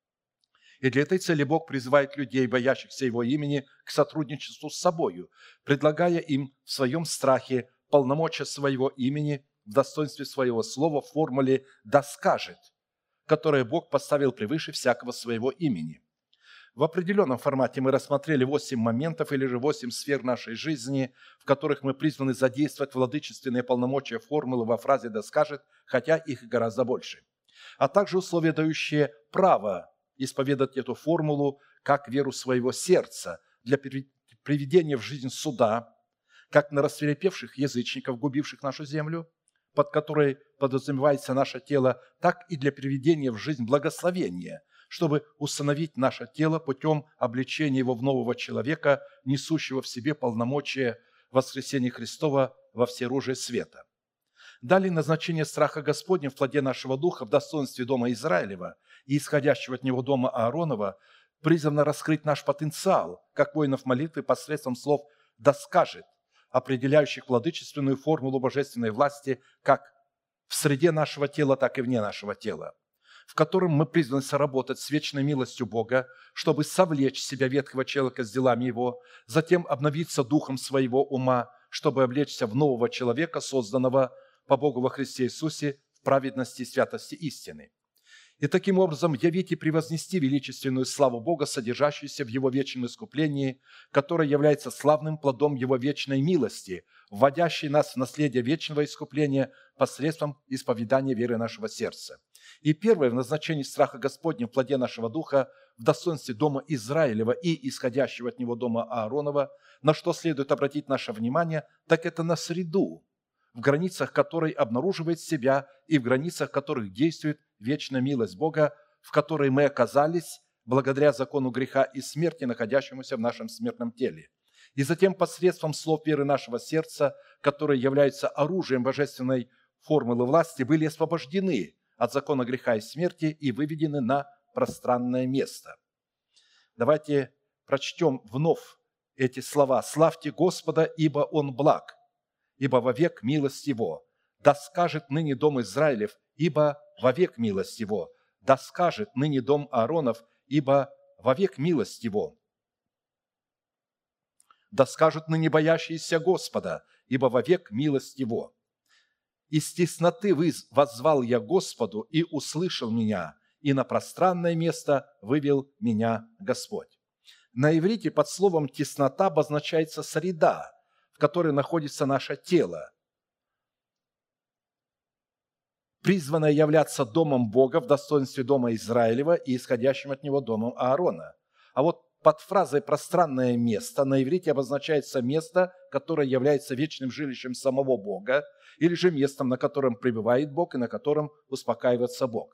S1: И для этой цели Бог призывает людей, боящихся Его имени, к сотрудничеству с собою, предлагая им в своем страхе полномочия своего имени в достоинстве своего слова в формуле «да скажет», которое Бог поставил превыше всякого своего имени. В определенном формате мы рассмотрели восемь моментов или же восемь сфер нашей жизни, в которых мы призваны задействовать владычественные полномочия формулы во фразе «да скажет», хотя их гораздо больше, а также условия, дающие право исповедать эту формулу как веру своего сердца для приведения в жизнь суда, как на рассвирепевших язычников, губивших нашу землю, под которой подразумевается наше тело, так и для приведения в жизнь благословения, чтобы установить наше тело путем облечения его в нового человека, несущего в себе полномочия воскресения Христова во всеоружие света. Далее назначение страха Господня в плоде нашего духа в достоинстве дома Израилева и исходящего от него дома Ааронова призвано раскрыть наш потенциал, как воинов молитвы посредством слов «да скажет», определяющих владычественную формулу божественной власти как в среде нашего тела, так и вне нашего тела, в котором мы призваны соработать с вечной милостью Бога, чтобы совлечь себя ветхого человека с делами его, затем обновиться духом своего ума, чтобы облечься в нового человека, созданного по Богу во Христе Иисусе в праведности и святости истины. И таким образом явить и превознести величественную славу Бога, содержащуюся в Его вечном искуплении, которое является славным плодом Его вечной милости, вводящей нас в наследие вечного искупления посредством исповедания веры нашего сердца. И первое в назначении страха Господня в плоде нашего духа, в достоинстве дома Израилева и исходящего от него дома Ааронова, на что следует обратить наше внимание, так это на среду, в границах которой обнаруживает себя и в границах которых действует вечная милость Бога, в которой мы оказались благодаря закону греха и смерти, находящемуся в нашем смертном теле. И затем посредством слов веры нашего сердца, которые являются оружием божественной формулы власти, были освобождены от закона греха и смерти и выведены на пространное место. Давайте прочтем вновь эти слова. «Славьте Господа, ибо Он благ, ибо вовек милость Его. Да скажет ныне дом Израилев, ибо вовек милость Его. Да скажет ныне дом Ааронов, ибо вовек милость Его. Да скажут ныне боящиеся Господа, ибо вовек милость Его. Из тесноты воззвал я Господу, и услышал меня, и на пространное место вывел меня Господь». На иврите под словом «теснота» обозначается среда, в которой находится наше тело, призванное являться домом Бога в достоинстве дома Израилева и исходящим от него домом Аарона. А вот под фразой «пространное место» на иврите обозначается место, которое является вечным жилищем самого Бога, или же местом, на котором пребывает Бог и на котором успокаивается Бог.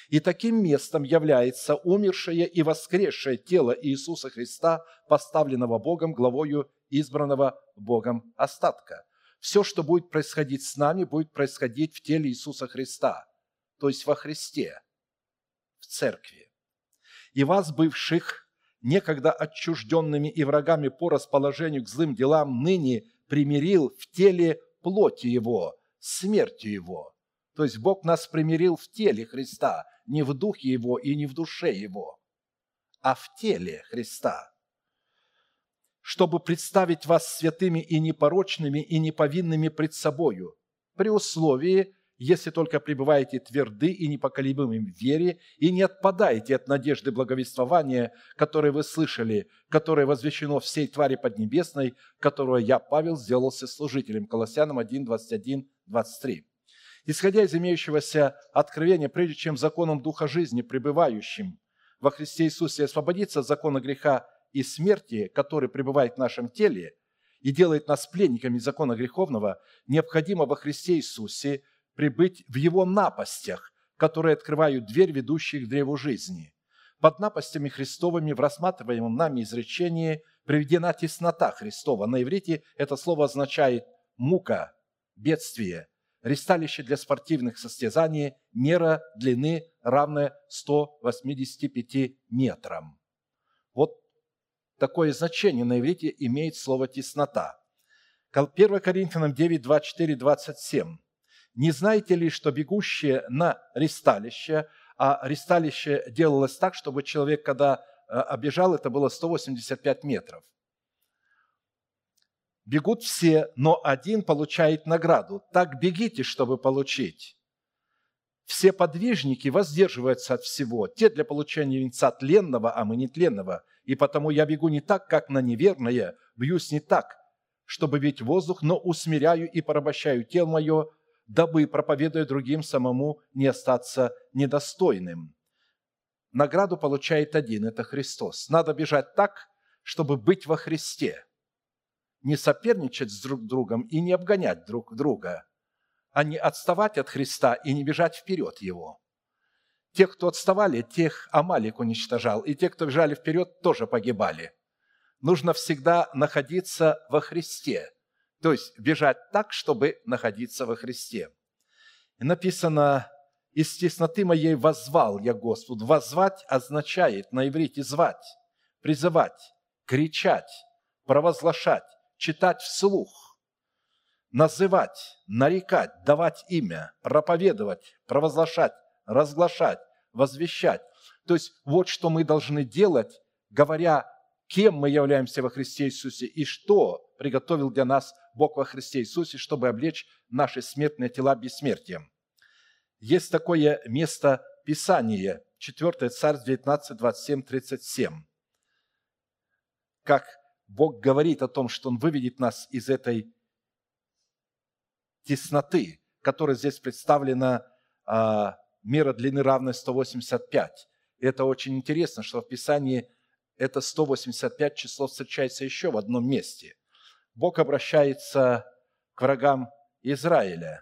S1: И таким местом является умершее и воскресшее тело Иисуса Христа, поставленного Богом главою избранного Богом остатка. Все, что будет происходить с нами, будет происходить в теле Иисуса Христа, то есть во Христе, в церкви. И вас, бывших некогда отчужденными и врагами по расположению к злым делам, ныне примирил в теле плоти Его, смертью Его. То есть Бог нас примирил в теле Христа, не в духе Его и не в душе Его, а в теле Христа, чтобы представить вас святыми и непорочными и неповинными пред собою, при условии, если только пребываете тверды и непоколебимы в вере и не отпадаете от надежды благовествования, которое вы слышали, которое возвещено всей твари поднебесной, которую я, Павел, сделался служителем». Колоссянам один, двадцать один, двадцать три. Исходя из имеющегося откровения, прежде чем законом Духа жизни, пребывающим во Христе Иисусе, освободиться от закона греха и смерти, который пребывает в нашем теле и делает нас пленниками закона греховного, необходимо во Христе Иисусе пребыть в Его напастях, которые открывают дверь, ведущую к древу жизни. Под напастями Христовыми в рассматриваемом нами изречении приведена теснота Христова. На иврите это слово означает мука, бедствие, ристалище для спортивных состязаний, мера длины, равная ста восьмидесяти пяти метрам. Вот такое значение на иврите имеет слово «теснота». первое Коринфянам девять, двадцать четыре, двадцать семь. «Не знаете ли, что бегущие на ристалище», а ристалище делалось так, чтобы человек, когда обежал, это было сто восемьдесят пять метров. «Бегут все, но один получает награду. Так бегите, чтобы получить. Все подвижники воздерживаются от всего, те для получения венца тленного, а мы не тленного. И потому я бегу не так, как на неверное, бьюсь не так, чтобы бить воздух, но усмиряю и порабощаю тело мое, дабы, проповедуя другим, самому не остаться недостойным». Награду получает один – это Христос. Надо бежать так, чтобы быть во Христе. Не соперничать с друг другом и не обгонять друг друга, а не отставать от Христа и не бежать вперед Его. Тех, кто отставали, тех Амалик уничтожал, и те, кто бежали вперед, тоже погибали. Нужно всегда находиться во Христе, то есть бежать так, чтобы находиться во Христе. И написано: «Из тесноты моей воззвал я Господу». Воззвать означает на иврите звать, призывать, кричать, провозглашать, читать вслух, называть, нарекать, давать имя, проповедовать, провозглашать, разглашать, возвещать. То есть вот что мы должны делать, говоря, кем мы являемся во Христе Иисусе и что приготовил для нас Бог во Христе Иисусе, чтобы облечь наши смертные тела бессмертием. Есть такое место Писания, четвёртое Царств девятнадцать, двадцать семь, тридцать семь. Как Бог говорит о том, что Он выведет нас из этой тесноты, которая здесь представлена, а, мера длины равная сто восемьдесят пять. И это очень интересно, что в Писании это сто восемьдесят пять число встречается еще в одном месте. Бог обращается к врагам Израиля,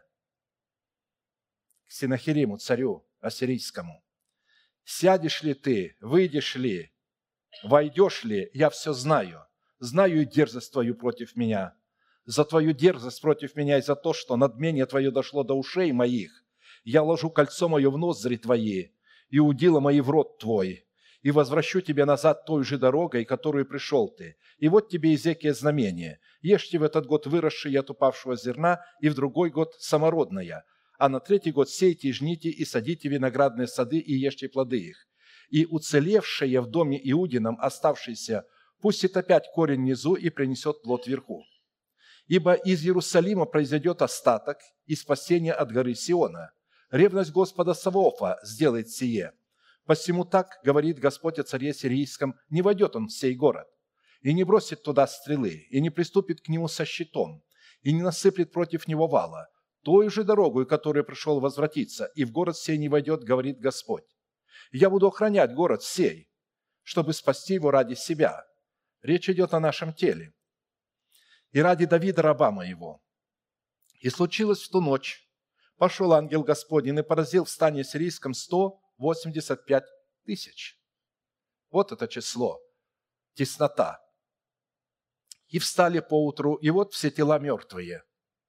S1: к Сенахериму, царю ассирийскому. «Сядешь ли ты, выйдешь ли, войдешь ли, я все знаю. Знаю и дерзость твою против меня. За твою дерзость против меня и за то, что надмение твое дошло до ушей моих, я ложу кольцо мое в ноздри твои и удила мои в рот твой, и возвращу тебя назад той же дорогой, которую пришел ты. И вот тебе Иезекия знамение. Ешьте в этот год выросшее от упавшего зерна, и в другой год самородное. А на третий год сейте и жните, и садите виноградные сады, и ешьте плоды их. И уцелевшее в доме Иудином оставшееся пустит опять корень внизу и принесет плод вверху. Ибо из Иерусалима произойдет остаток и спасение от горы Сиона. Ревность Господа Саваофа сделает сие. Посему так говорит Господь о царе сирийском: не войдет он в сей город, и не бросит туда стрелы, и не приступит к нему со щитом, и не насыплет против него вала, той же дорогой, которую пришел возвратиться, и в город сей не войдет, говорит Господь. Я буду охранять город сей, чтобы спасти его ради себя». Речь идет о нашем теле. «И ради Давида, раба моего. И случилось в ту ночь, пошел ангел Господень и поразил в стане сирийском сто восемьдесят пять тысяч. Вот это число. Теснота. И встали поутру, и вот все тела мертвые.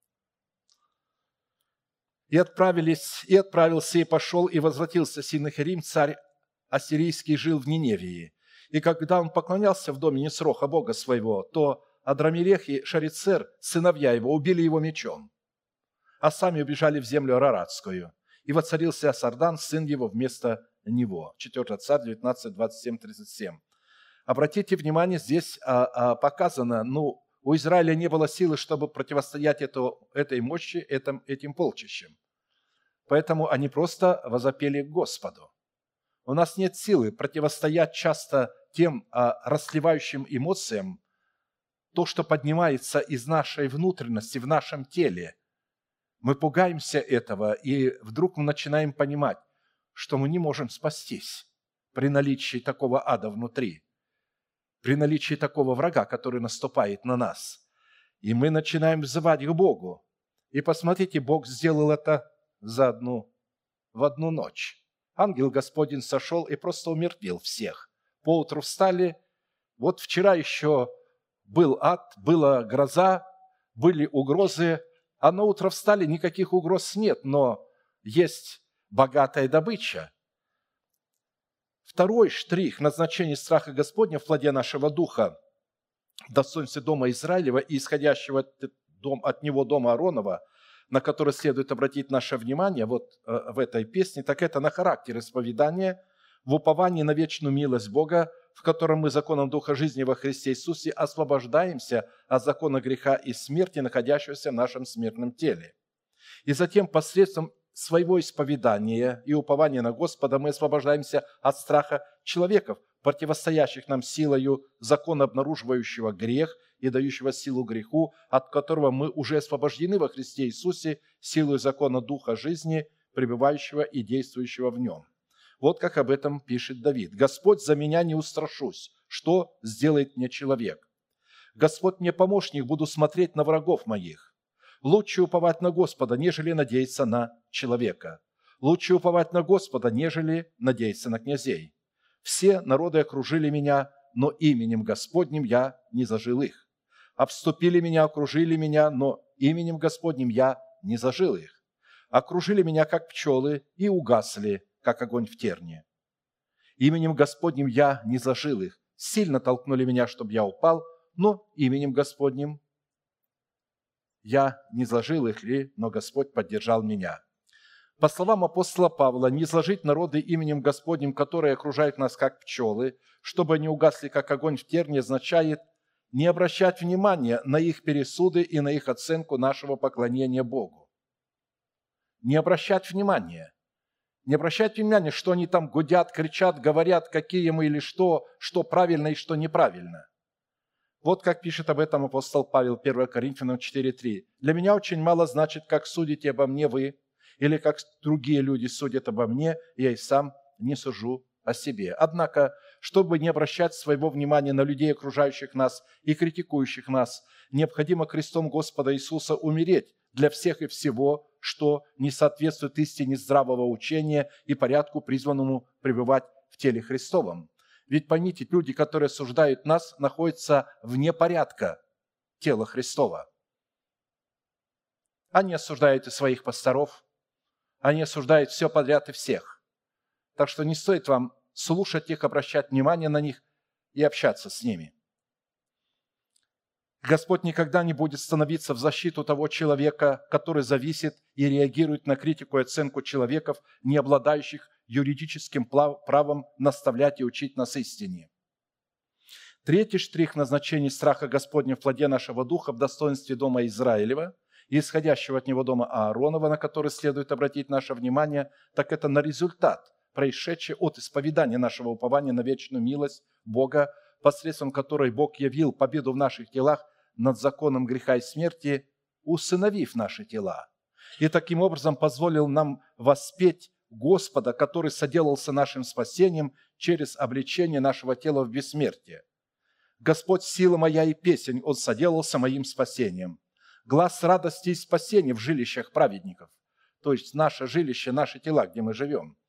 S1: И отправились, и отправился, и пошел, и возвратился Синахирим, царь ассирийский, жил в Ниневии. И когда он поклонялся в доме Несроха, бога своего, то Адрамелех и Шарицер, сыновья его, убили его мечом, а сами убежали в землю Араратскую. И воцарился Сардан, сын его, вместо него. четвёртый Царь, девятнадцать, двадцать семь, тридцать семь. Обратите внимание, здесь а, а, показано, ну, у Израиля не было силы, чтобы противостоять это, этой мощи, этим, этим полчищам. Поэтому они просто возопели к Господу. У нас нет силы противостоять часто тем а, расливающим эмоциям, то, что поднимается из нашей внутренности, в нашем теле. Мы пугаемся этого, и вдруг мы начинаем понимать, что мы не можем спастись при наличии такого ада внутри, при наличии такого врага, который наступает на нас. И мы начинаем взывать к Богу. И посмотрите, Бог сделал это за одну, в одну ночь. Ангел Господень сошел и просто умертвил всех. Поутру встали. Вот вчера еще был ад, была гроза, были угрозы, а на утро встали, никаких угроз нет, но есть богатая добыча. Второй штрих назначения страха Господня в плоде нашего духа, в достоинстве дома Израилева и исходящего от него дома Ааронова, на который следует обратить наше внимание вот в этой песне, так это на характер исповедания, в уповании на вечную милость Бога, в котором мы законом Духа жизни во Христе Иисусе освобождаемся от закона греха и смерти, находящегося в нашем смертном теле. И затем посредством своего исповедания и упования на Господа мы освобождаемся от страха человеков, противостоящих нам силою закона, обнаруживающего грех и дающего силу греху, от которого мы уже освобождены во Христе Иисусе силой закона Духа жизни, пребывающего и действующего в нем. Вот как об этом пишет Давид. «Господь, за меня не устрашусь. Что сделает мне человек? Господь мне помощник, буду смотреть на врагов моих. Лучше уповать на Господа, нежели надеяться на человека. Лучше уповать на Господа, нежели надеяться на князей. Все народы окружили меня, но именем Господним я не зажил их. Обступили меня, окружили меня, но именем Господним я не зажил их. Окружили меня, как пчелы, и угасли, как огонь в терне. Именем Господним я не зажил их. Сильно толкнули меня, чтобы я упал, но именем Господним я не зажил их ли, но Господь поддержал меня». По словам апостола Павла, не изложить народы именем Господним, которые окружают нас как пчелы, чтобы они угасли, как огонь в терне, означает не обращать внимания на их пересуды и на их оценку нашего поклонения Богу. Не обращать внимания. Не обращать внимания, что они там гудят, кричат, говорят, какие мы или что, что правильно и что неправильно. Вот как пишет об этом апостол Павел, первое Коринфянам четыре три. «Для меня очень мало значит, как судите обо мне вы, или как другие люди судят обо мне, я и сам не сужу о себе. Однако, чтобы не обращать своего внимания на людей, окружающих нас и критикующих нас, необходимо крестом Господа Иисуса умереть для всех и всего, что не соответствует истине здравого учения и порядку, призванному пребывать в теле Христовом. Ведь поймите, люди, которые осуждают нас, находятся вне порядка тела Христова. Они осуждают и своих пасторов, они осуждают все подряд и всех. Так что не стоит вам слушать их, обращать внимание на них и общаться с ними. Господь никогда не будет становиться в защиту того человека, который зависит и реагирует на критику и оценку человеков, не обладающих юридическим правом наставлять и учить нас истине. Третий штрих назначения страха Господня в плоде нашего духа в достоинстве дома Израилева и исходящего от него дома Ааронова, на который следует обратить наше внимание, так это на результат, происшедший от исповедания нашего упования на вечную милость Бога, посредством которой Бог явил победу в наших телах над законом греха и смерти, усыновив наши тела. И таким образом позволил нам воспеть Господа, который соделался нашим спасением через облечение нашего тела в бессмертие. «Господь, сила моя и песень, Он соделался моим спасением. Глас радости и спасения в жилищах праведников». То есть наше жилище, наши тела, где мы живем.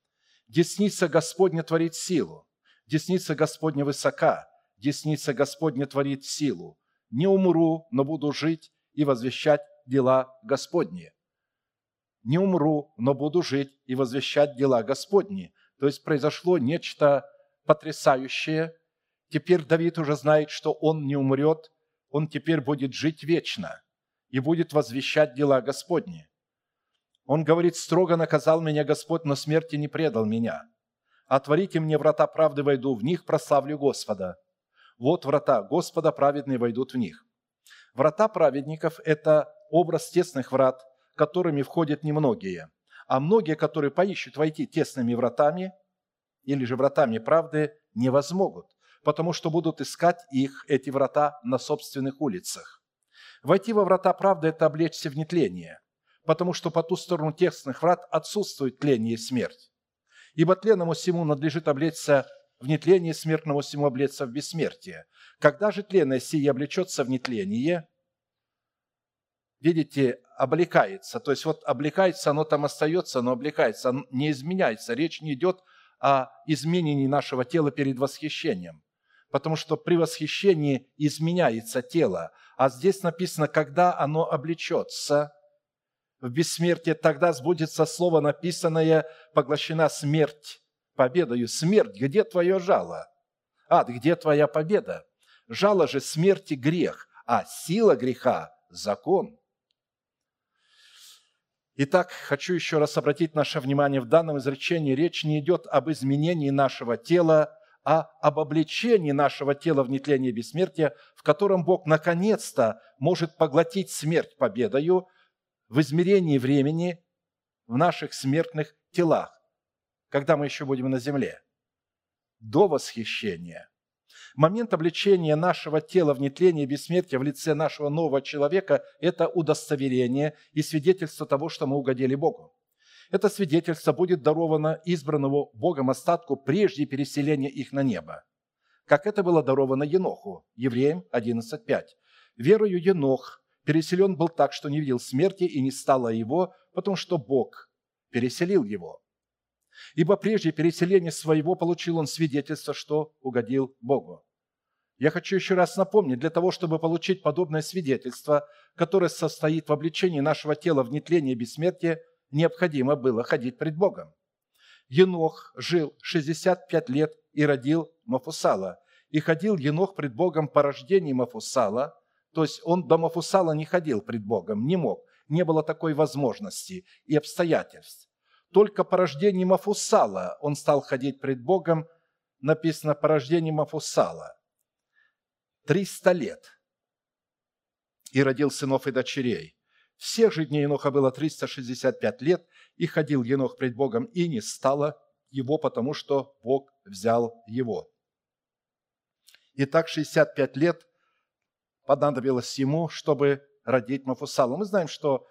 S1: Десница Господня творит силу, десница Господня высока, десница Господня творит силу. Не умру, но буду жить и возвещать дела Господни. Не умру, но буду жить и возвещать дела Господни. То есть произошло нечто потрясающее. Теперь Давид уже знает, что он не умрет, он теперь будет жить вечно и будет возвещать дела Господни. Он говорит: «Строго наказал меня Господь, но смерти не предал меня. Отворите мне врата правды, войду в них, прославлю Господа. Вот врата Господа, праведные войдут в них». Врата праведников – это образ тесных врат, которыми входят немногие. А многие, которые поищут войти тесными вратами или же вратами правды, не возмогут, потому что будут искать их, эти врата, на собственных улицах. Войти во врата правды – это облечься в нетление, потому что по ту сторону тесных врат отсутствует тление и смерть. Ибо тленному всему надлежит облечься в нетление, смертному всему облечься в бессмертие. Когда же тленное сие облечется в нетление, видите, облекается, то есть вот облекается, оно там остается, оно облекается, оно не изменяется. Речь не идет о изменении нашего тела перед восхищением, потому что при восхищении изменяется тело. А здесь написано, когда оно облечется в бессмертие, тогда сбудется слово, написанное: «Поглощена смерть победою». Смерть, где твое жало? Ад, где твоя победа? Жало же смерти – грех, а сила греха – закон. Итак, хочу еще раз обратить наше внимание: в данном изречении речь не идет об изменении нашего тела, а об облечении нашего тела в нетление бессмертия, в котором Бог наконец-то может поглотить смерть победою в измерении времени в наших смертных телах, когда мы еще будем на земле, до восхищения. Момент облечения нашего тела в нетление бессмертия в лице нашего нового человека – это удостоверение и свидетельство того, что мы угодили Богу. Это свидетельство будет даровано избранному Богом остатку прежде переселения их на небо, как это было даровано Еноху, Евреям одиннадцать пять. «Верою Енох переселен был так, что не видел смерти, и не стало его, потому что Бог переселил его. Ибо прежде переселения своего получил он свидетельство, что угодил Богу». Я хочу еще раз напомнить, для того, чтобы получить подобное свидетельство, которое состоит в облечении нашего тела в нетление бессмертия, необходимо было ходить пред Богом. Енох жил шестьдесят пять лет и родил Мафусала. И ходил Енох пред Богом по рождении Мафусала, то есть он до Мафусала не ходил пред Богом, не мог, не было такой возможности и обстоятельств. Только по рождении Мафусала он стал ходить пред Богом, написано по рождении Мафусала. Триста лет. И родил сынов и дочерей. Всех же дней Еноха было триста шестьдесят пять лет, и ходил Енох пред Богом, и не стало его, потому что Бог взял его. Итак, шестьдесят пять лет понадобилось ему, чтобы родить Мафусала. Мы знаем, что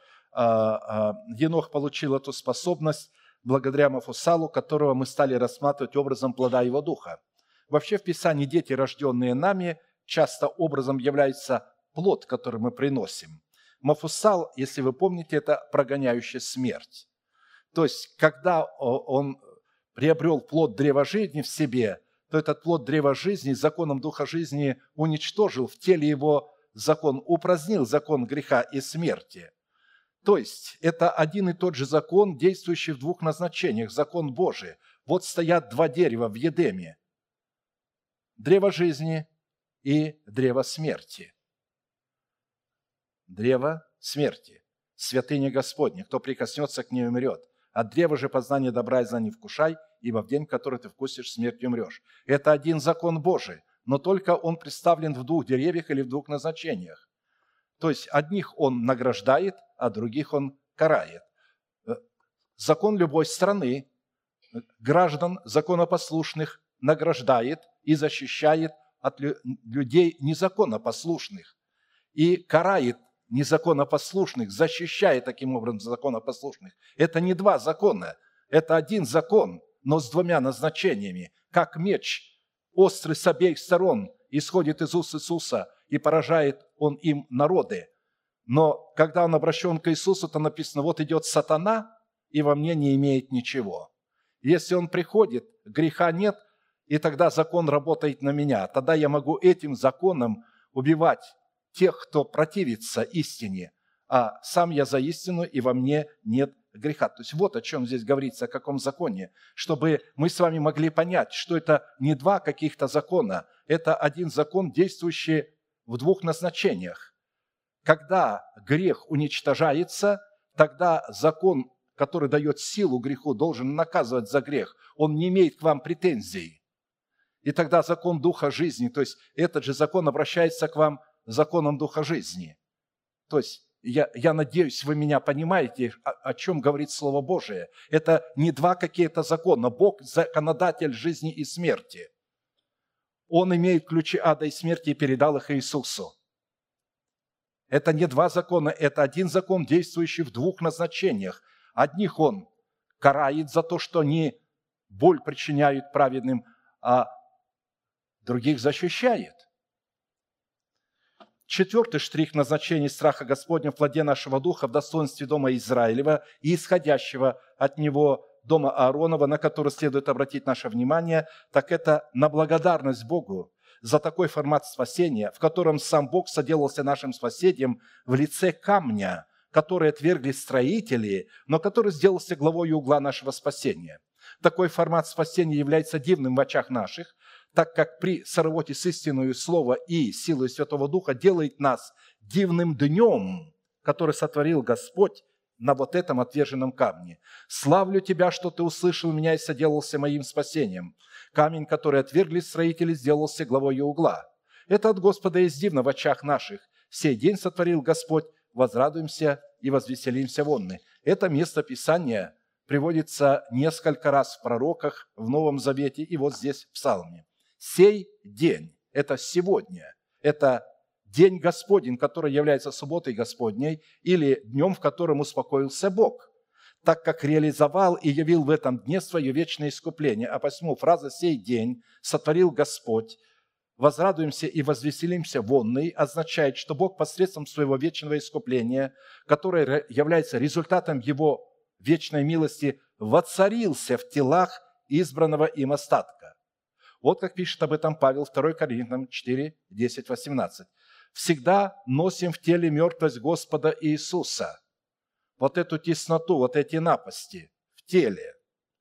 S1: Енох получил эту способность благодаря Мафусалу, которого мы стали рассматривать образом плода его духа. Вообще в Писании дети, рожденные нами, часто образом является плод, который мы приносим. Мафусал, если вы помните, это прогоняющая смерть. То есть, когда он приобрел плод древа жизни в себе, то этот плод древа жизни законом духа жизни уничтожил в теле его закон, упразднил закон греха и смерти. То есть, это один и тот же закон, действующий в двух назначениях, закон Божий. Вот стоят два дерева в Едеме. Древо жизни и древо смерти. Древо смерти, святыня Господня, кто прикоснется к ней, умрет. От древа же познания добра и зла не вкушай, ибо в день, в который ты вкусишь, смертью умрешь. Это один закон Божий, но только он представлен в двух деревьях или в двух назначениях. То есть одних он награждает, а других он карает. Закон любой страны граждан законопослушных награждает и защищает от людей незаконнопослушных и карает незаконопослушных, защищая таким образом законопослушных. Это не два закона, это один закон, но с двумя назначениями. Как меч, острый с обеих сторон, исходит из уст Иисуса, и поражает он им народы. Но когда он обращен к Иисусу, то написано: вот идет сатана, и во мне не имеет ничего. Если он приходит, греха нет, и тогда закон работает на меня. Тогда я могу этим законом убивать тех, кто противится истине, а сам я за истину, и во мне нет греха. То есть вот о чем здесь говорится, о каком законе, чтобы мы с вами могли понять, что это не два каких-то закона, это один закон, действующий в двух назначениях. Когда грех уничтожается, тогда закон, который дает силу греху, должен наказывать за грех. Он не имеет к вам претензий. И тогда закон Духа жизни, то есть этот же закон обращается к вам законом Духа жизни. То есть я, я надеюсь, вы меня понимаете, о, о чем говорит Слово Божие. Это не два какие-то закона. Бог – законодатель жизни и смерти. Он имеет ключи ада и смерти и передал их Иисусу. Это не два закона, это один закон, действующий в двух назначениях. Одних Он карает за то, что они боль причиняют праведным, а других защищает. Четвертый штрих назначения страха Господня в плоде нашего духа в достоинстве дома Израилева и исходящего от него дома Ааронова, на который следует обратить наше внимание, так это на благодарность Богу за такой формат спасения, в котором сам Бог соделался нашим спасением в лице камня, который отвергли строители, но который сделался главой угла нашего спасения. Такой формат спасения является дивным в очах наших, так как при соработе с истиною Слова и силой Святого Духа делает нас дивным днем, который сотворил Господь на вот этом отверженном камне. «Славлю Тебя, что Ты услышал меня и соделался моим спасением. Камень, который отвергли строители, сделался главой угла. Это от Господа есть дивно в очах наших. Сей день сотворил Господь, возрадуемся и возвеселимся вонны». Это место Писания приводится несколько раз в пророках, в Новом Завете и вот здесь в Псалме. Сей день – это сегодня, это день Господень, который является субботой Господней или днем, в котором успокоился Бог, так как реализовал и явил в этом дне свое вечное искупление. А посему фраза «сей день сотворил Господь, возрадуемся и возвеселимся вонный» означает, что Бог посредством своего вечного искупления, которое является результатом Его вечной милости, воцарился в телах избранного им остатка. Вот как пишет об этом Павел, второе Коринфянам четыре, десять, восемнадцать. «Всегда носим в теле мертвость Господа Иисуса». Вот эту тесноту, вот эти напасти в теле.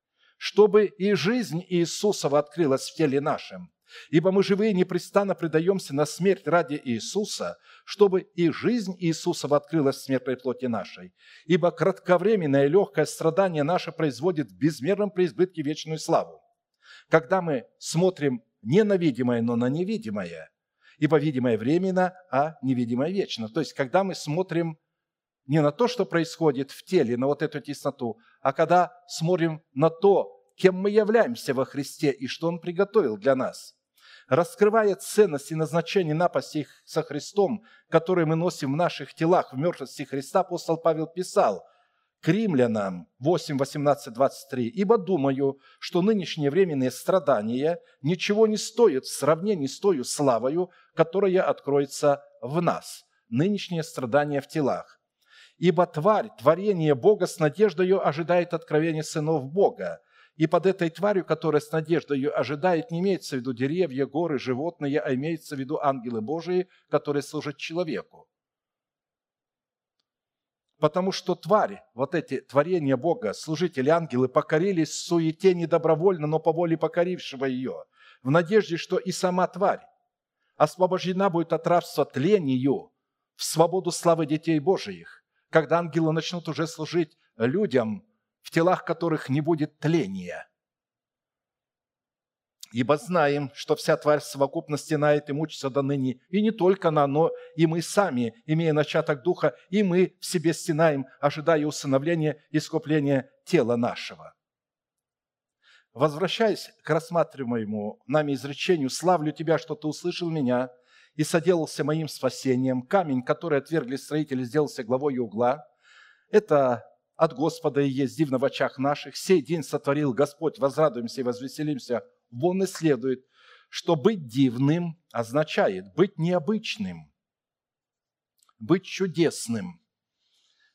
S1: «Чтобы и жизнь Иисусова открылась в теле нашем. Ибо мы живые непрестанно предаемся на смерть ради Иисуса, чтобы и жизнь Иисусова открылась в смертной плоти нашей. Ибо кратковременное и легкое страдание наше производит в безмерном преизбытке вечную славу». Когда мы смотрим не на видимое, но на невидимое, ибо видимое временно, а невидимое вечно. То есть, когда мы смотрим не на то, что происходит в теле, на вот эту тесноту, а когда смотрим на то, кем мы являемся во Христе и что Он приготовил для нас. Раскрывая ценность и назначение напасти со Христом, которые мы носим в наших телах в мертвости Христа, апостол Павел писал к Римлянам восемь, восемнадцать, двадцать три. «Ибо думаю, что нынешние временные страдания ничего не стоят в сравнении с тою славою, которая откроется в нас». Нынешние страдания в телах. «Ибо тварь, творение Бога с надеждою ожидает откровения сынов Бога. И под этой тварью, которая с надеждою ожидает, не имеется в виду деревья, горы, животные, а имеется в виду ангелы Божии, которые служат человеку. Потому что тварь, вот эти творения Бога, служители, ангелы, покорились в суете недобровольно, но по воле покорившего ее, в надежде, что и сама тварь освобождена будет от рабства тлению в свободу славы детей Божиих, когда ангелы начнут уже служить людям, в телах которых не будет тления. Ибо знаем, что вся тварь в совокупности нает и мучится до ныне, и не только она, но и мы сами, имея начаток Духа, и мы в себе стенаем, ожидая усыновления и искупления тела нашего». Возвращаясь к рассматриваемому нами изречению «Славлю Тебя, что Ты услышал меня и соделался моим спасением», камень, который отвергли строители, сделался главой угла, это от Господа и есть дивно в очах наших. «Сей день сотворил Господь, возрадуемся и возвеселимся». Вон и следует, что быть дивным означает быть необычным, быть чудесным.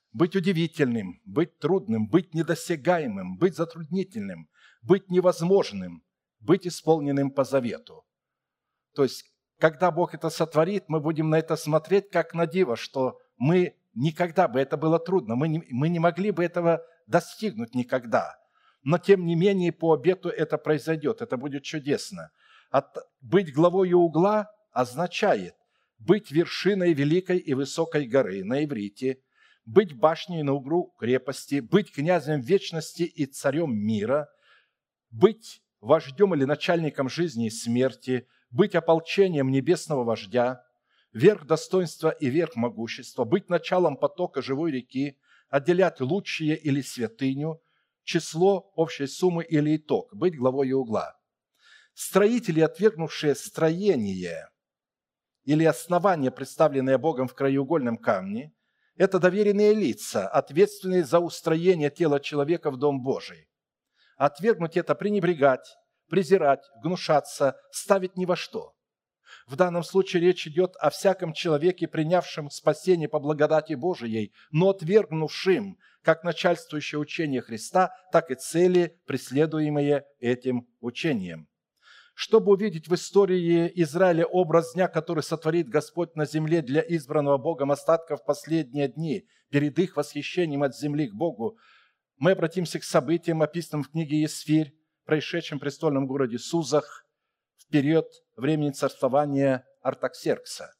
S1: быть удивительным, быть трудным, быть недосягаемым, быть затруднительным, быть невозможным, быть исполненным по завету. То есть, когда Бог это сотворит, мы будем на это смотреть как на диво, что мы никогда бы, это было трудно, мы не, мы не могли бы этого достигнуть никогда. Но, тем не менее, по обету это произойдет, это будет чудесно. От, быть главой угла означает быть вершиной великой и высокой горы на иврите, быть башней на углу крепости, быть князем вечности и царем мира, быть вождем или начальником жизни и смерти, быть ополчением небесного вождя, верх достоинства и верх могущества, быть началом потока живой реки, отделять лучшее или святыню, число общей суммы или итог, быть главой угла. Строители, отвергнувшие строение или основание, представленное Богом в краеугольном камне, это доверенные лица, ответственные за устроение тела человека в Дом Божий. Отвергнуть это пренебрегать, презирать, гнушаться, ставить ни во что. В данном случае речь идет о всяком человеке, принявшем спасение по благодати Божией, но отвергнувшим как начальствующее учение Христа, так и цели, преследуемые этим учением. Чтобы увидеть в истории Израиля образ дня, который сотворит Господь на земле для избранного Богом остатков в последние дни, перед их восхищением от земли к Богу, мы обратимся к событиям, описанным в книге Есфирь, происшедшем в престольном городе Сузах в период времени царствования Артаксеркса.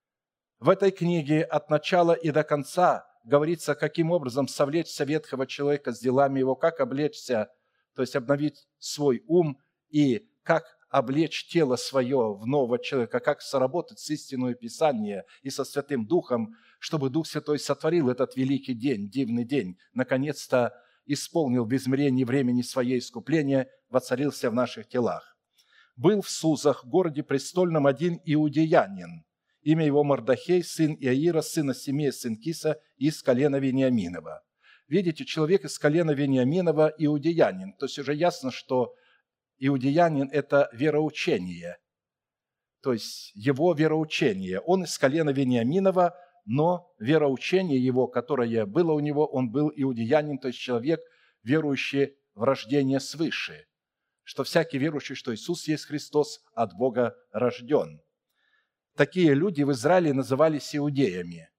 S1: В этой книге от начала и до конца говорится, каким образом совлечься ветхого человека с делами его, как облечься, то есть обновить свой ум, и как облечь тело свое в нового человека, как соработать с истиною Писания и со Святым Духом, чтобы Дух Святой сотворил этот великий день, дивный день, наконец-то исполнил в измерении времени свое искупление, воцарился в наших телах. Был в Сузах, городе престольном, один иудеянин. Имя его Мардахей, сын Иаира, сына Симея, сын Киса, из колена Вениаминова. Видите, человек из колена Вениаминова иудеянин. То есть уже ясно, что иудеянин – это вероучение. То есть его вероучение. Он из колена Вениаминова, но вероучение его, которое было у него, он был иудеянин, то есть человек, верующий в рождение свыше, что всякий верующий, что Иисус есть Христос, от Бога рожден. Такие люди в Израиле назывались иудеями.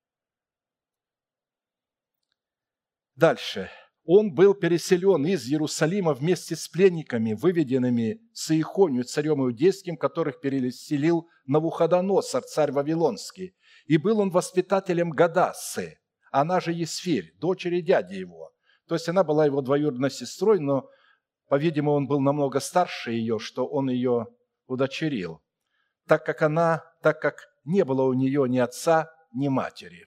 S1: Дальше. Он был переселен из Иерусалима вместе с пленниками, выведенными с Иехонию, царем иудейским, которых переселил Навуходоносор, царь Вавилонский. И был он воспитателем Гадассы, она же Есфирь, дочери дяди его. То есть она была его двоюродной сестрой, но, по-видимому, он был намного старше ее, что он ее удочерил, так как она, так как не было у нее ни отца, ни матери.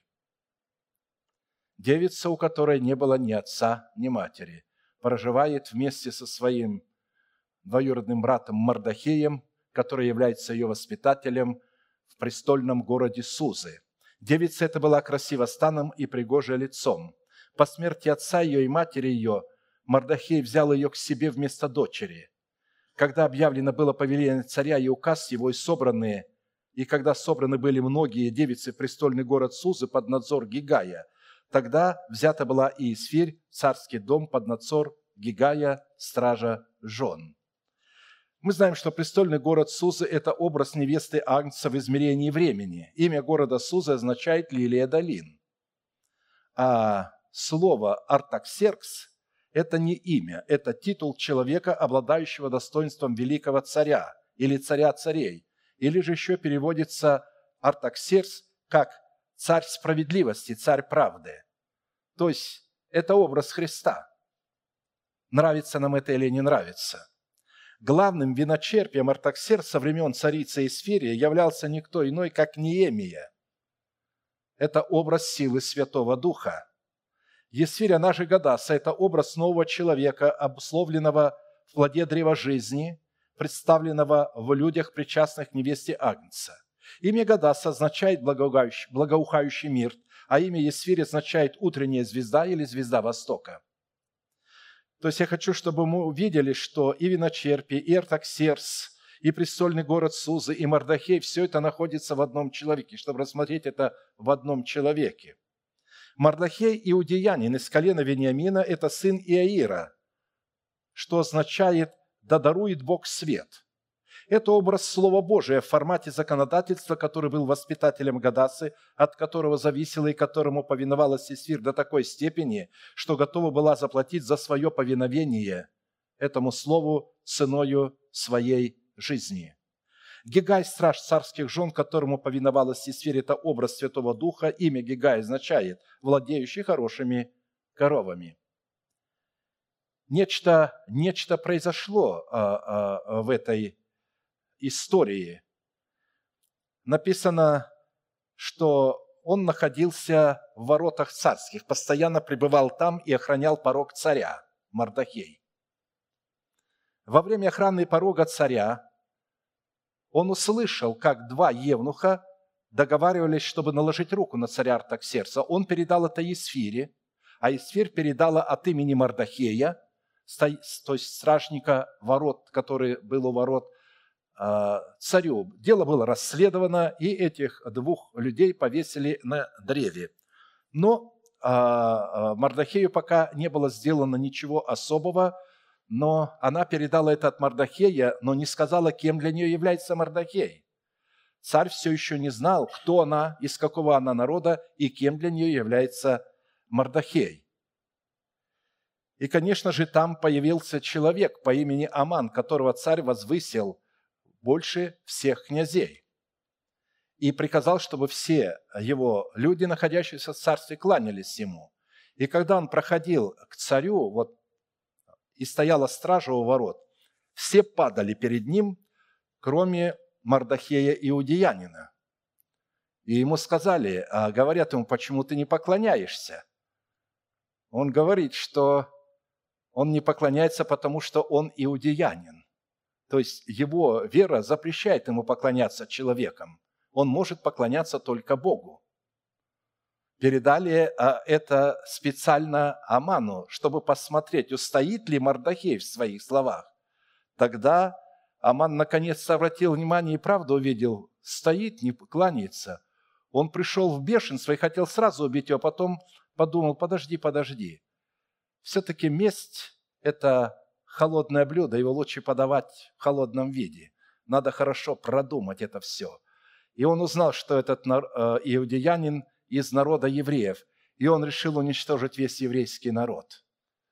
S1: Девица, у которой не было ни отца, ни матери, проживает вместе со своим двоюродным братом Мардахеем, который является ее воспитателем, в престольном городе Сузы. Девица эта была красива станом и пригожая лицом. По смерти отца ее и матери ее Мардахей взял ее к себе вместо дочери. Когда объявлено было повеление царя и указ его, и собранные, и когда собраны были многие девицы в престольный город Сузы под надзор Гигая, тогда взята была и Есфирь, царский дом, под надзор Гигая, стража жен. Мы знаем, что престольный город Сузы – это образ невесты Агнца в измерении времени. Имя города Сузы означает «лилия долин». А слово «Артаксеркс» – это не имя, это титул человека, обладающего достоинством великого царя или царя царей. Или же еще переводится «Артаксеркс» как «царь справедливости», «царь правды». То есть это образ Христа. Нравится нам это или не нравится. Главным виночерпием Артаксеркса времен царицы Есфири являлся никто иной, как Неемия. Это образ силы Святого Духа. Есфирь, она же Гадасса, это образ нового человека, обусловленного в плоде древа жизни, представленного в людях, причастных к невесте Агнца. Имя Гадасса означает благоухающий, благоухающий мир, а имя Есфирь означает утренняя звезда или звезда Востока. То есть я хочу, чтобы мы увидели, что и виночерпие, и Артаксеркс, и престольный город Сузы, и Мардахей – все это находится в одном человеке, чтобы рассмотреть это в одном человеке. Мардохей иудеянин из колена Вениамина – это сын Иаира, что означает «да дарует Бог свет». Это образ Слова Божия в формате законодательства, который был воспитателем Гадасы, от которого зависела и которому повиновалась Сесфир до такой степени, что готова была заплатить за свое повиновение этому слову ценою своей жизни. Гигай – страж царских жен, которому повиновалась Сесфир, это образ Святого Духа. Имя Гигай означает «владеющий хорошими коровами». Нечто, нечто произошло а, а, в этой истории. Написано, что он находился в воротах царских, постоянно пребывал там и охранял порог царя, Мардохей. Во время охраны порога царя он услышал, как два евнуха договаривались, чтобы наложить руку на царя Артаксеркса. Он передал это Есфире, а Есфир передала от имени Мардохея, то есть стражника ворот, который был у ворот, царю. Дело было расследовано, и этих двух людей повесили на древе. Но Мардохею пока не было сделано ничего особого, но она передала это от Мардохея, но не сказала, кем для нее является Мардохей. Царь все еще не знал, кто она, из какого она народа и кем для нее является Мардохей. И, конечно же, там появился человек по имени Аман, которого царь возвысил больше всех князей. И приказал, чтобы все его люди, находящиеся в царстве, кланялись ему. И когда он проходил к царю, вот, и стояла стража у ворот, все падали перед ним, кроме Мардохея иудеянина. И ему сказали, а говорят ему, почему ты не поклоняешься? Он говорит, что он не поклоняется, потому что он иудеянин. То есть его вера запрещает ему поклоняться человекам. Он может поклоняться только Богу. Передали это специально Аману, чтобы посмотреть, устоит ли Мардохей в своих словах. Тогда Аман наконец-то обратил внимание и правду увидел. Стоит, не кланяется. Он пришел в бешенство и хотел сразу убить его, а потом подумал, подожди, подожди. Все-таки месть – это холодное блюдо, его лучше подавать в холодном виде. Надо хорошо продумать это все. И он узнал, что этот иудеянин из народа евреев, и он решил уничтожить весь еврейский народ.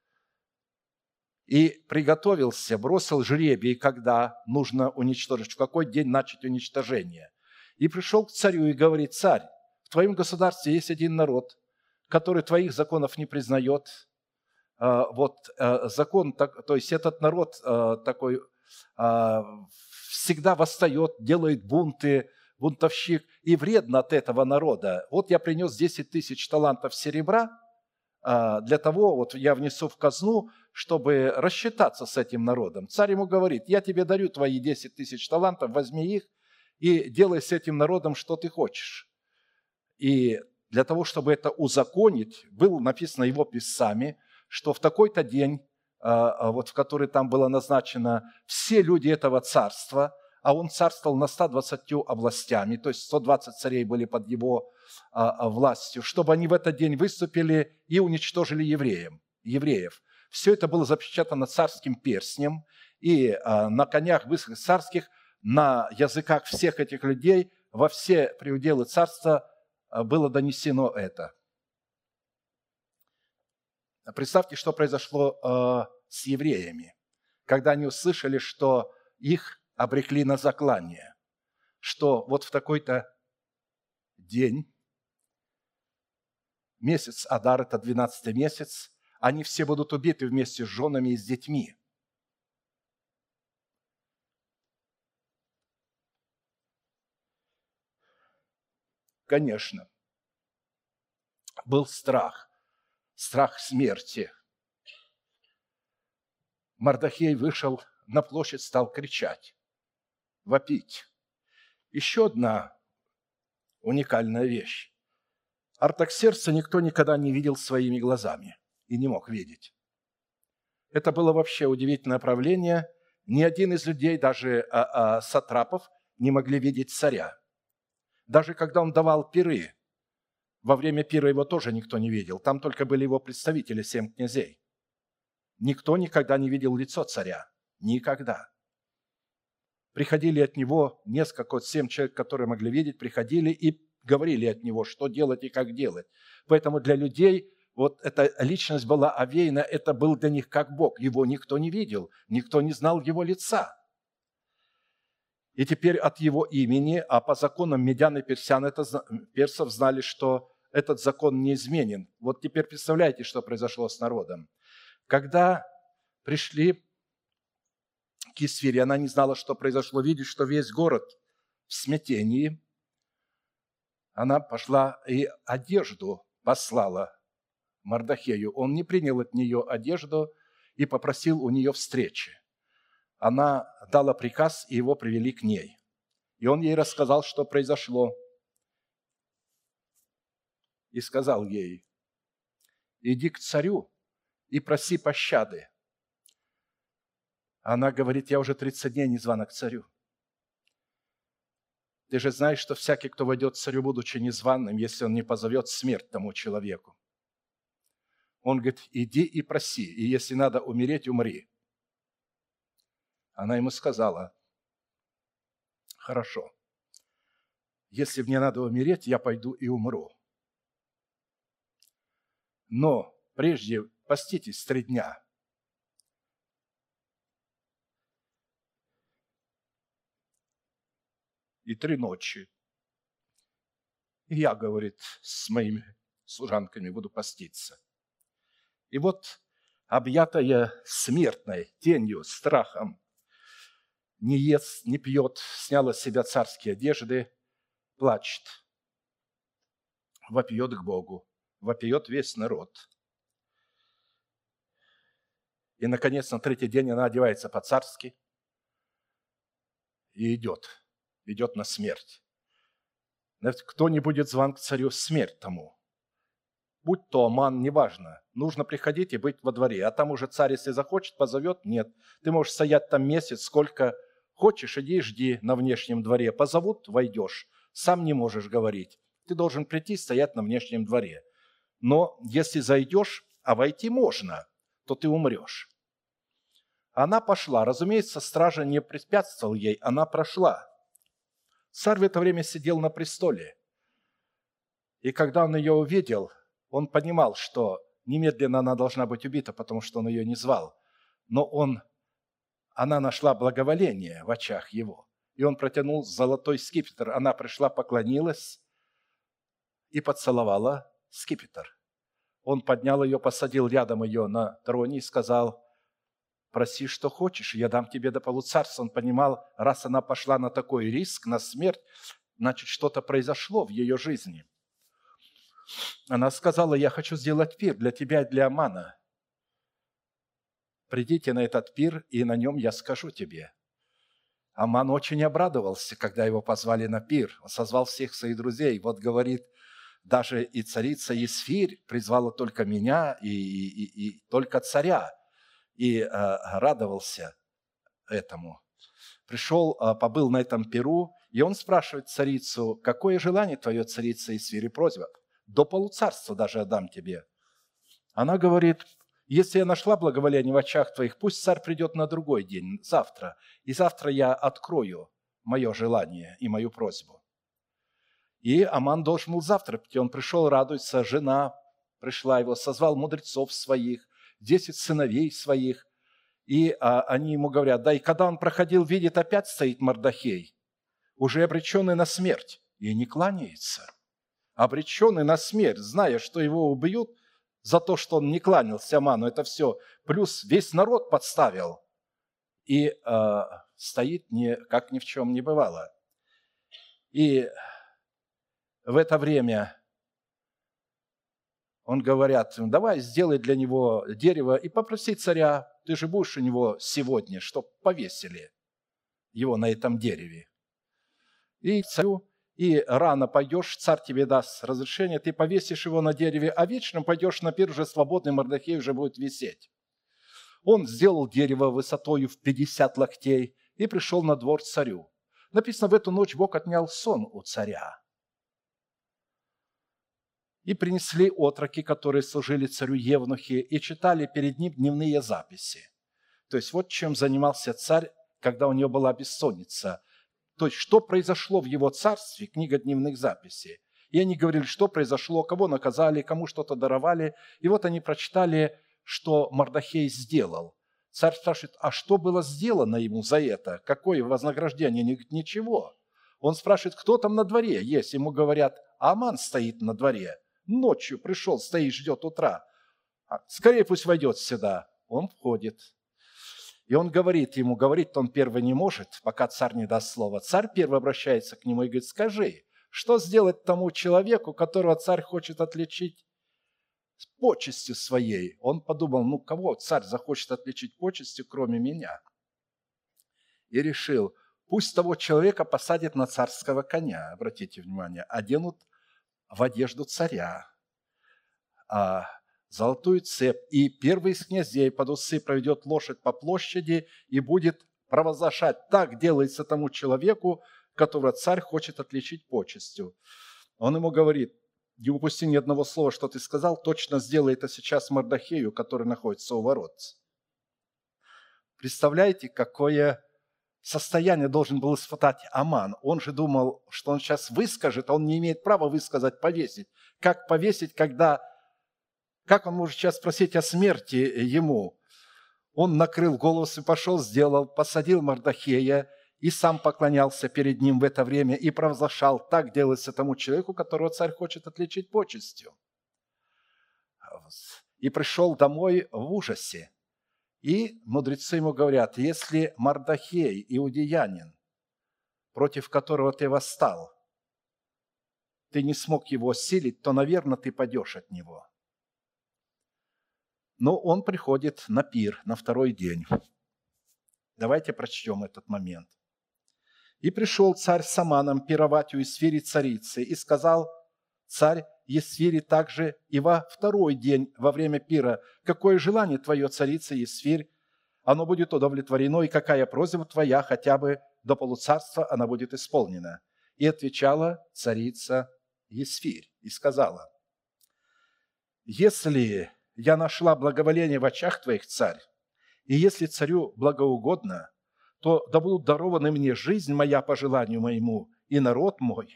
S1: И приготовился, бросил жребий, когда нужно уничтожить, в какой день начать уничтожение. И пришел к царю и говорит, царь, в твоем государстве есть один народ, который твоих законов не признает. Вот закон, то есть этот народ такой всегда восстает, делает бунты, бунтовщик, и вредно от этого народа. Вот я принес десять тысяч талантов серебра для того, вот я внесу в казну, чтобы рассчитаться с этим народом. Царь ему говорит, я тебе дарю твои десять тысяч талантов, возьми их и делай с этим народом, что ты хочешь. И для того, чтобы это узаконить, было написано его писцами, что в такой-то день, вот в который там было назначено, все люди этого царства, а он царствовал на ста двадцатью областями, то есть сто двадцать царей были под его властью, чтобы они в этот день выступили и уничтожили евреев. евреев. Все это было запечатано царским перстнем, и на конях высоких царских, на языках всех этих людей, во все пределы царства было донесено это. Представьте, что произошло с евреями, когда они услышали, что их обрекли на заклание, что вот в такой-то день, месяц Адар, это двенадцатый месяц, они все будут убиты вместе с женами и с детьми. Конечно, был страх, страх смерти. Мардохей вышел на площадь, стал кричать, вопить. Еще одна уникальная вещь. Артаксеркса никто никогда не видел своими глазами и не мог видеть. Это было вообще удивительное правление. Ни один из людей, даже а, а, сатрапов, не могли видеть царя. Даже когда он давал пиры, Во время пира его тоже никто не видел. Там только были его представители, семь князей. Никто никогда не видел лицо царя. Никогда. Приходили от него несколько, вот семь человек, которые могли видеть, приходили и говорили от него, что делать и как делать. Поэтому для людей вот эта личность была овеяна, это был для них как Бог. Его никто не видел, никто не знал его лица. И теперь от его имени, а по законам медян и персян, это, персов знали, что этот закон неизменен. Вот теперь представляете, что произошло с народом. Когда пришли к Есфире, она не знала, что произошло, видит, что весь город в смятении. Она пошла и одежду послала Мардохею. Он не принял от нее одежду и попросил у нее встречи. Она дала приказ, и его привели к ней. И он ей рассказал, что произошло. И сказал ей: иди к царю и проси пощады. Она говорит: я уже тридцать дней не звана к царю. Ты же знаешь, что всякий, кто войдет к царю, будучи незваным, если он не позовет, смерть тому человеку. Он говорит: иди и проси, и если надо умереть, умри. Она ему сказала: хорошо, если мне надо умереть, я пойду и умру. Но прежде поститесь три дня. И три ночи. И я, говорит, с моими служанками буду поститься. И вот, объятая смертной тенью, страхом, не ест, не пьет, сняла с себя царские одежды, плачет, вопиет к Богу, вопиет весь народ. И, наконец, на третий день она одевается по-царски и идет, идет на смерть. Кто не будет зван к царю, смерть тому. Будь то Аман, неважно. Нужно приходить и быть во дворе. А там уже царь, если захочет, позовет, нет. Ты можешь стоять там месяц, сколько хочешь, иди и жди на внешнем дворе. Позовут, войдешь. Сам не можешь говорить. Ты должен прийти, стоять на внешнем дворе. Но если зайдешь, а войти можно, то ты умрешь. Она пошла. Разумеется, стража не препятствовал ей, она прошла. Царь в это время сидел на престоле. И когда он ее увидел, он понимал, что немедленно она должна быть убита, потому что он ее не звал. Но он, она нашла благоволение в очах его. И он протянул золотой скипетр. Она пришла, поклонилась и поцеловала скипетр. Он поднял ее, посадил рядом ее на троне и сказал: проси, что хочешь, я дам тебе до полуцарства. Он понимал, раз она пошла на такой риск, на смерть, значит, что-то произошло в ее жизни. Она сказала: я хочу сделать пир для тебя и для Амана. Придите на этот пир, и на нем я скажу тебе. Аман очень обрадовался, когда его позвали на пир. Он созвал всех своих друзей. Вот говорит, даже и царица Есфирь призвала только меня и, и, и, и только царя. И э, радовался этому. Пришел, э, побыл на этом пиру, и он спрашивает царицу: какое желание твое, царица Есфирь, и просьба? До полуцарства даже отдам тебе. Она говорит: если я нашла благоволение в очах твоих, пусть царь придет на другой день, завтра, и завтра я открою мое желание и мою просьбу. И Аман должен был завтра прийти. Он пришел, радуется, жена пришла его, созвал мудрецов своих, десять сыновей своих, и а, они ему говорят: да, и когда он проходил, видит, опять стоит Мардохей, уже обреченный на смерть, и не кланяется. Обреченный на смерть, зная, что его убьют за то, что он не кланялся Аману, это все, плюс весь народ подставил, и э, стоит, не, как ни в чем не бывало. И в это время он говорят: давай сделай для него дерево и попроси царя, ты же будешь у него сегодня, чтоб повесили его на этом дереве. И царю: и рано пойдешь, царь тебе даст разрешение, ты повесишь его на дереве, а вечером пойдешь на пир, уже свободный, Мардохей уже будет висеть. Он сделал дерево высотою в пятьдесят локтей и пришел на двор царю. Написано, в эту ночь Бог отнял сон у царя. И принесли отроки, которые служили царю евнухи, и читали перед ним дневные записи. То есть вот чем занимался царь, когда у него была бессонница. То есть что произошло в его царстве, книга дневных записей. И они говорили, что произошло, кого наказали, кому что-то даровали. И вот они прочитали, что Мардохей сделал. Царь спрашивает, а что было сделано ему за это? Какое вознаграждение? Они говорят, ничего. Он спрашивает, кто там на дворе есть? Ему говорят, Аман стоит на дворе. Ночью пришел, стоит, ждет утра. Скорее пусть войдет сюда. Он входит. И он говорит ему, говорит он первый не может, пока царь не даст слова. Царь первый обращается к нему и говорит, скажи, что сделать тому человеку, которого царь хочет отличить почестью своей? Он подумал, ну кого царь захочет отличить почестью, кроме меня? И решил, пусть того человека посадят на царского коня, обратите внимание, оденут в одежду царя, а золотую цепь, и первый из князей под усы проведет лошадь по площади и будет провозглашать, так делается тому человеку, которого царь хочет отличить почестью. Он ему говорит, не упусти ни одного слова, что ты сказал, точно сделай это сейчас Мардохею, который находится у ворот. Представляете, какое состояние должен был испытать Аман? Он же думал, что он сейчас выскажет, а он не имеет права высказать, повесить. Как повесить, когда... Как он может сейчас спросить о смерти ему? Он накрыл голову и пошел, сделал, посадил Мардохея и сам поклонялся перед ним в это время и провозглашал, так делается тому человеку, которого царь хочет отличить почестью. И пришел домой в ужасе. И мудрецы ему говорят, если Мардохей, иудеянин, против которого ты восстал, ты не смог его осилить, то, наверное, ты падешь от него. Но он приходит на пир на второй день. Давайте прочтем этот момент. «И пришел царь с Аманом пировать у Есфири царицы, и сказал царь Есфири также и во второй день во время пира, какое желание твое, царица Есфирь, оно будет удовлетворено, и какая просьба твоя, хотя бы до полуцарства она будет исполнена. И отвечала царица Есфирь и сказала, если я нашла благоволение в очах твоих, царь, и если царю благоугодно, то да будут дарованы мне жизнь моя по желанию моему и народ мой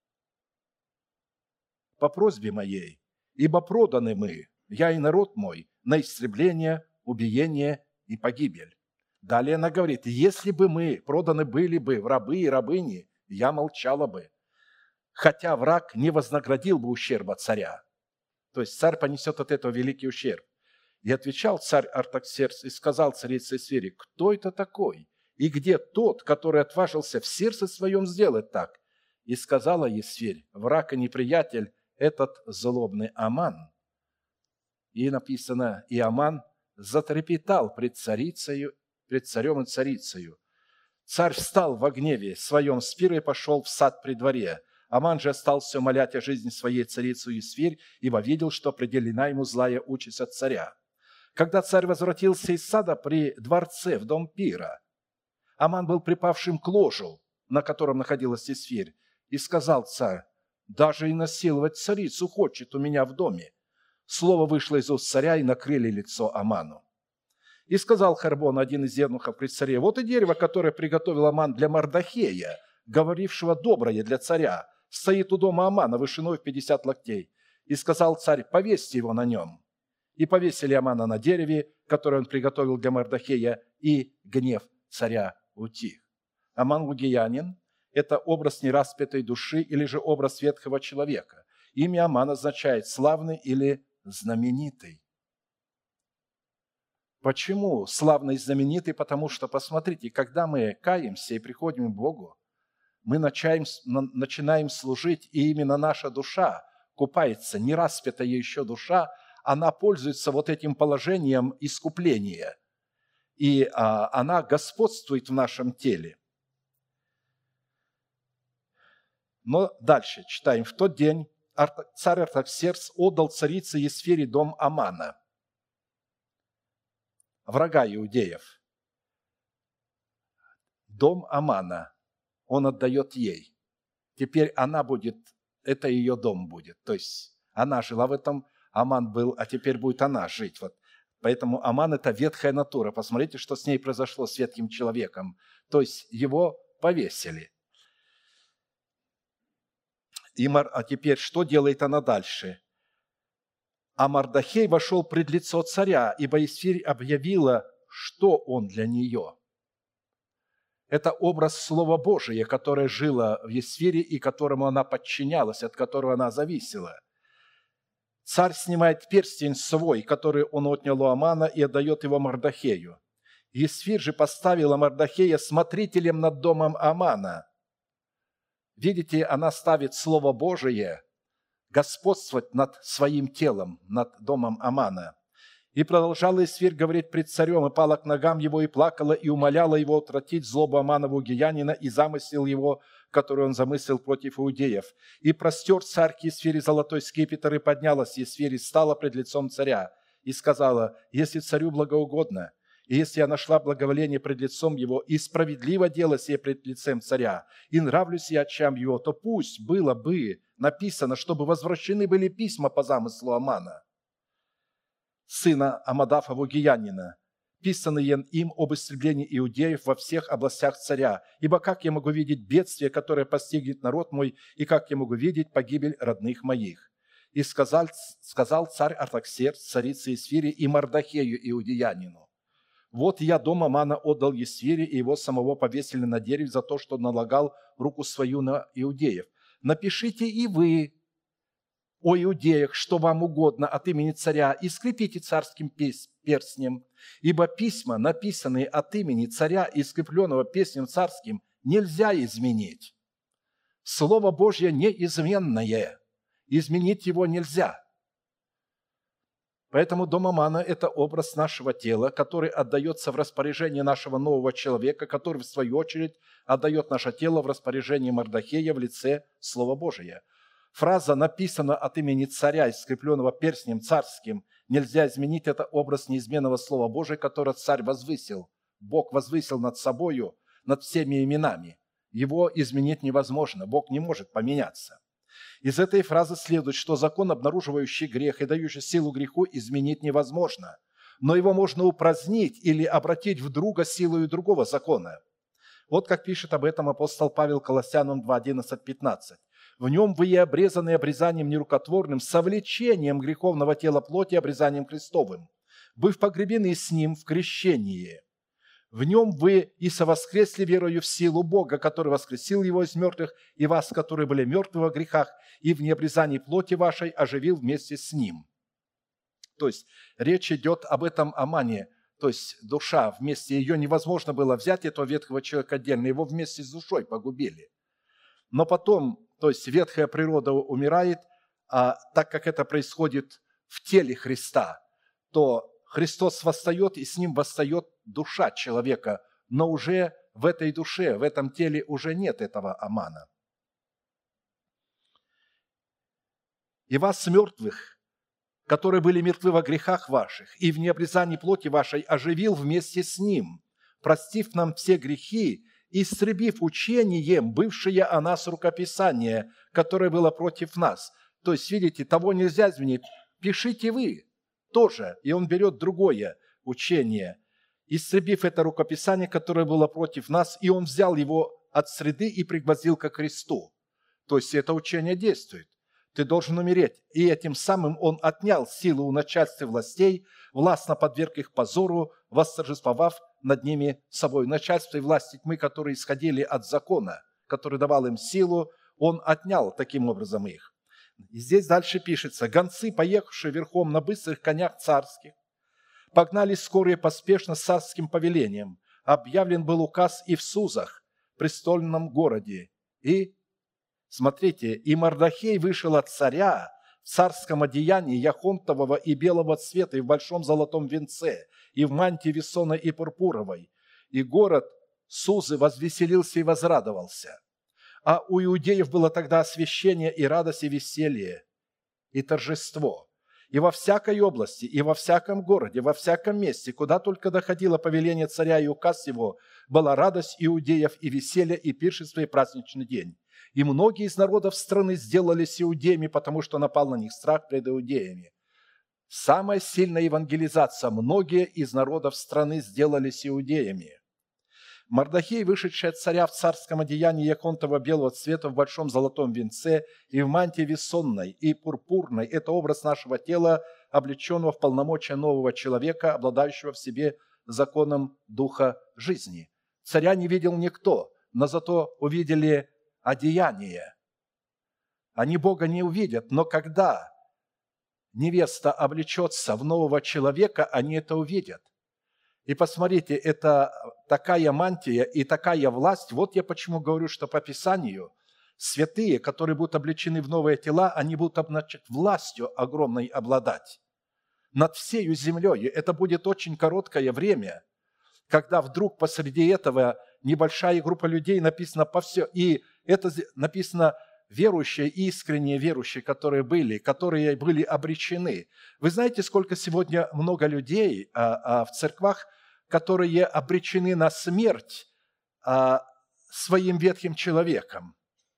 S1: по просьбе моей, ибо проданы мы, я и народ мой, на истребление, убиение и погибель. Далее она говорит, если бы мы проданы были бы в рабы и рабыни, я молчала бы, хотя враг не вознаградил бы ущерба царя. То есть царь понесет от этого великий ущерб. И отвечал царь Артаксеркс и сказал царице Есфири, кто это такой? И где тот, который отважился в сердце своем сделать так? И сказала Есфирь, враг и неприятель, этот злобный Аман. И написано, и Аман затрепетал пред царицею, пред царем и царицею. Царь встал во гневе своем с пира и пошел в сад при дворе. Аман же остался умолять о жизни своей царицу Есфирь, ибо видел, что определена ему злая участь от царя. Когда царь возвратился из сада при дворце в дом пира, Аман был припавшим к ложу, на котором находилась Есфирь, и сказал царь, «Даже и насиловать царицу хочет у меня в доме». Слово вышло из уст царя, и накрыли лицо Аману. И сказал Харбон, один из евнухов при царе, «Вот и дерево, которое приготовил Аман для Мардохея, говорившего доброе для царя, стоит у дома Амана вышиной в пятьдесят локтей». И сказал царь, «Повесьте его на нем». И повесили Амана на дереве, которое он приготовил для Мардохея, и гнев царя утих. Аман лугиянин – это образ нераспятой души или же образ ветхого человека. Имя Аман означает «славный» или «знаменитый». Почему славный и знаменитый? Потому что, посмотрите, когда мы каемся и приходим к Богу, мы начинаем, начинаем служить, и именно наша душа купается, нераспятая еще душа, она пользуется вот этим положением искупления, и а, она господствует в нашем теле. Но дальше читаем. В тот день царь Артаксеркс отдал царице Есфири дом Амана, врага иудеев. Дом Амана он отдает ей. Теперь она будет, это ее дом будет. То есть Она жила в этом, Аман был, а теперь будет она жить. Вот. Поэтому Аман – это ветхая натура. Посмотрите, что с ней произошло, с ветхим человеком. То есть его повесили. И, а теперь что делает она дальше? А Мардохей вошел пред лицо царя, ибо Есфирь объявила, что он для нее. Это образ Слова Божия, которое жило в Есфире и которому она подчинялась, от которого она зависела. Царь снимает перстень свой, который он отнял у Амана, и отдает его Мардохею. Есфирь же поставила Мардохея смотрителем над домом Амана. Видите, она ставит Слово Божие господствовать над своим телом, над домом Амана. И продолжала Есфирь говорить пред царем, и пала к ногам его, и плакала, и умоляла его утратить злобу Аманову Гиянина и замысел его, который он замыслил против иудеев. И простер царь к Есфире золотой скипетр, и поднялась Есфирь, и стала пред лицом царя, и сказала: «Если царю благоугодно, и если я нашла благоволение пред лицом его, и справедливо дело сие пред лицем царя, и нравлюсь я очам его, то пусть было бы написано, чтобы возвращены были письма по замыслу Амана, сына Амадафа Гиянина, писанные им об истреблении иудеев во всех областях царя. Ибо как я могу видеть бедствие, которое постигнет народ мой, и как я могу видеть погибель родных моих?» И сказал, сказал царь Артаксеркс, царице Есфире и Мардохею иудеянину: «Вот я дом Амана отдал Есфире, и его самого повесили на дереве за то, что налагал руку свою на иудеев. Напишите и вы о иудеях, что вам угодно от имени царя, и скрепите царским перстнем, ибо письма, написанные от имени царя и скрепленного перстнем царским, нельзя изменить. Слово Божье неизменное, изменить его нельзя». Поэтому дом Амана – это образ нашего тела, который отдается в распоряжение нашего нового человека, который, в свою очередь, отдает наше тело в распоряжение Мардохея в лице Слова Божия. Фраза «написана от имени царя, скрепленного перстнем царским», нельзя изменить. Это образ неизменного Слова Божия, которое царь возвысил. Бог возвысил над собою, над всеми именами. Его изменить невозможно. Бог не может поменяться. Из этой фразы следует, что закон, обнаруживающий грех и дающий силу греху, изменить невозможно. Но его можно упразднить или обратить в друга силою другого закона. Вот как пишет об этом апостол Павел Колоссянам два, одиннадцать, пятнадцать. «В нем вы и обрезаны обрезанием нерукотворным, совлечением греховного тела плоти, обрезанием Христовым, быв погребены с ним в крещении. В нем вы и совоскресли верою в силу Бога, который воскресил его из мертвых, и вас, которые были мертвы во грехах, и в необрезании плоти вашей оживил вместе с ним». То есть речь идет об этом Амане, то есть душа вместе, ее невозможно было взять, этого ветхого человека отдельно, его вместе с душой погубили. Но потом, то есть ветхая природа умирает, а так как это происходит в теле Христа, то Христос восстает, и с ним восстает душа человека, но уже в этой душе, в этом теле уже нет этого Амана. «И вас, мертвых, которые были мертвы во грехах ваших, и в необрезании плоти вашей оживил вместе с ним, простив нам все грехи, истребив учением бывшее о нас рукописание, которое было против нас». То есть, видите, того нельзя изменить. Пишите вы тоже. И он берет другое учение, истребив это рукописание, которое было против нас, и он взял его от среды и пригвоздил ко кресту. То есть, это учение действует. Ты должен умереть. И этим самым он отнял силу у начальства властей, властно подверг их позору, восторжествовав над ними собой. Начальство и власти тьмы, которые исходили от закона, который давал им силу, он отнял таким образом их. И здесь дальше пишется: «Гонцы, поехавшие верхом на быстрых конях царских, погнали скоро и поспешно с царским повелением. Объявлен был указ и в Сузах, престольном городе. И, смотрите, и Мардохей вышел от царя в царском одеянии яхонтового и белого цвета, и в большом золотом венце, и в мантии весоной и пурпуровой. И город Сузы возвеселился и возрадовался. А у иудеев было тогда освящение и радость, и веселье, и торжество. И во всякой области, и во всяком городе, во всяком месте, куда только доходило повеление царя и указ его, была радость иудеев, и веселье, и пиршество, и праздничный день. И многие из народов страны сделались иудеями, потому что напал на них страх пред иудеями. Самая сильная евангелизация. Многие из народов страны сделались иудеями. Мардохей, вышедший от царя в царском одеянии яконтового белого цвета, в большом золотом венце и в мантии весонной и пурпурной, это образ нашего тела, облеченного в полномочия нового человека, обладающего в себе законом Духа жизни. Царя не видел никто, но зато увидели одеяние. Они Бога не увидят, но когда невеста облечется в нового человека, они это увидят. И посмотрите, это такая мантия и такая власть. Вот я почему говорю, что по Писанию святые, которые будут облечены в новые тела, они будут, значит, властью огромной обладать над всею землей. Это будет очень короткое время, когда вдруг посреди этого небольшая группа людей, написано по все, и это написано верующие, искренние верующие, которые были, которые были обречены. Вы знаете, сколько сегодня много людей а, а, в церквах, которые обречены на смерть а, своим ветхим человеком.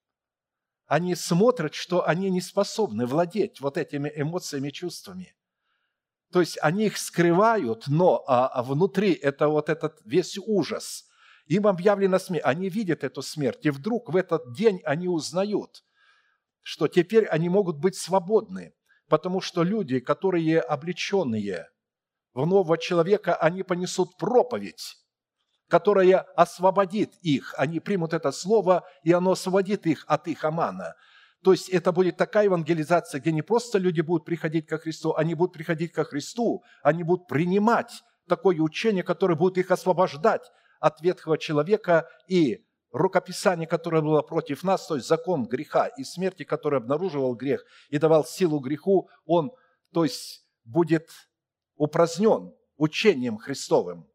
S1: Они смотрят, что они не способны владеть вот этими эмоциями, чувствами. То есть они их скрывают, но а, а внутри это вот этот весь ужас. Им объявлена смерть. Они видят эту смерть, и вдруг в этот день они узнают, что теперь они могут быть свободны, потому что люди, которые облеченные в нового человека, они понесут проповедь, которая освободит их. Они примут это слово, и оно освободит их от их омана. То есть это будет такая евангелизация, где не просто люди будут приходить ко Христу, они будут приходить ко Христу, они будут принимать такое учение, которое будет их освобождать от ветхого человека и рукописание, которое было против нас, то есть закон греха и смерти, который обнаруживал грех и давал силу греху, он, то есть, будет упразднен учением Христовым.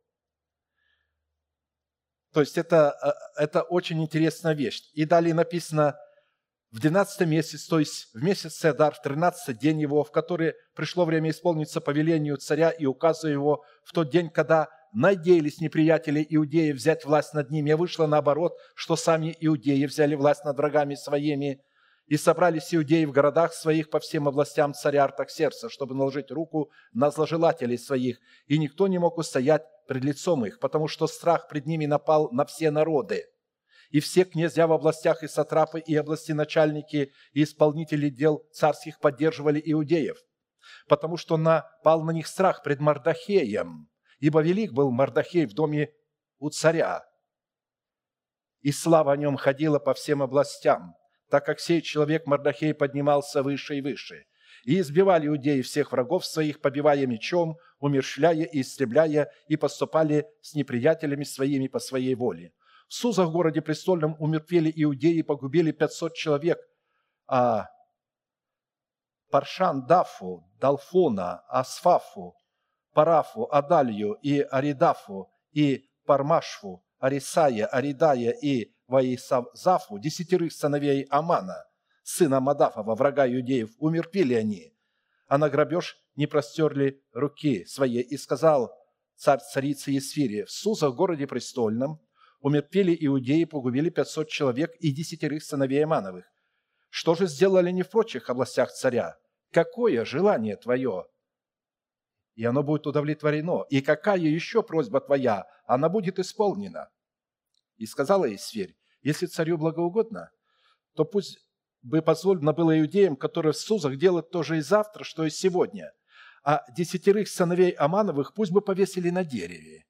S1: То есть это, это очень интересная вещь. И далее написано: в двенадцатый месяц, то есть в месяц Адар, в тринадцатый день его, в который пришло время исполниться повелению царя и указу его, в тот день, когда надеялись неприятели иудеи взять власть над ними, а вышло наоборот, что сами иудеи взяли власть над врагами своими, и собрались иудеи в городах своих по всем областям царя Артаксеркса, чтобы наложить руку на зложелателей своих, и никто не мог устоять пред лицом их, потому что страх пред ними напал на все народы. И все князья в областях и сатрапы, и областеначальники, и исполнители дел царских поддерживали иудеев, потому что напал на них страх пред Мардохеем, ибо велик был Мардохей в доме у царя, и слава о нем ходила по всем областям, так как сей человек Мардохей поднимался выше и выше. И избивали иудеи всех врагов своих, побивая мечом, умерщвляя и истребляя, и поступали с неприятелями своими по своей воле. В Сузах, городе престольном, умертвели иудеи и погубили пятьсот человек, а Паршан Дафу, Далфона, Асфафу, Парафу, Адалью и Аридафу, и Пармашфу, Арисая, Аридая и Ваисавзафу, десятерых сыновей Амана, сына Мадафова, врага иудеев, умертвили они, а на грабеж не простерли руки свои. И сказал царь царицы Есфире: в Сузах, городе престольном, умертвили иудеи, погубили пятьсот человек и десятерых сыновей Амановых. Что же сделали не в прочих областях царя? Какое желание твое? И оно будет удовлетворено. И какая еще просьба твоя? Она будет исполнена. И сказала Есфирь: если царю благоугодно, то пусть бы позволено было иудеям, которые в Сузах, делать то же и завтра, что и сегодня. А десятерых сыновей Амановых пусть бы повесили на дереве.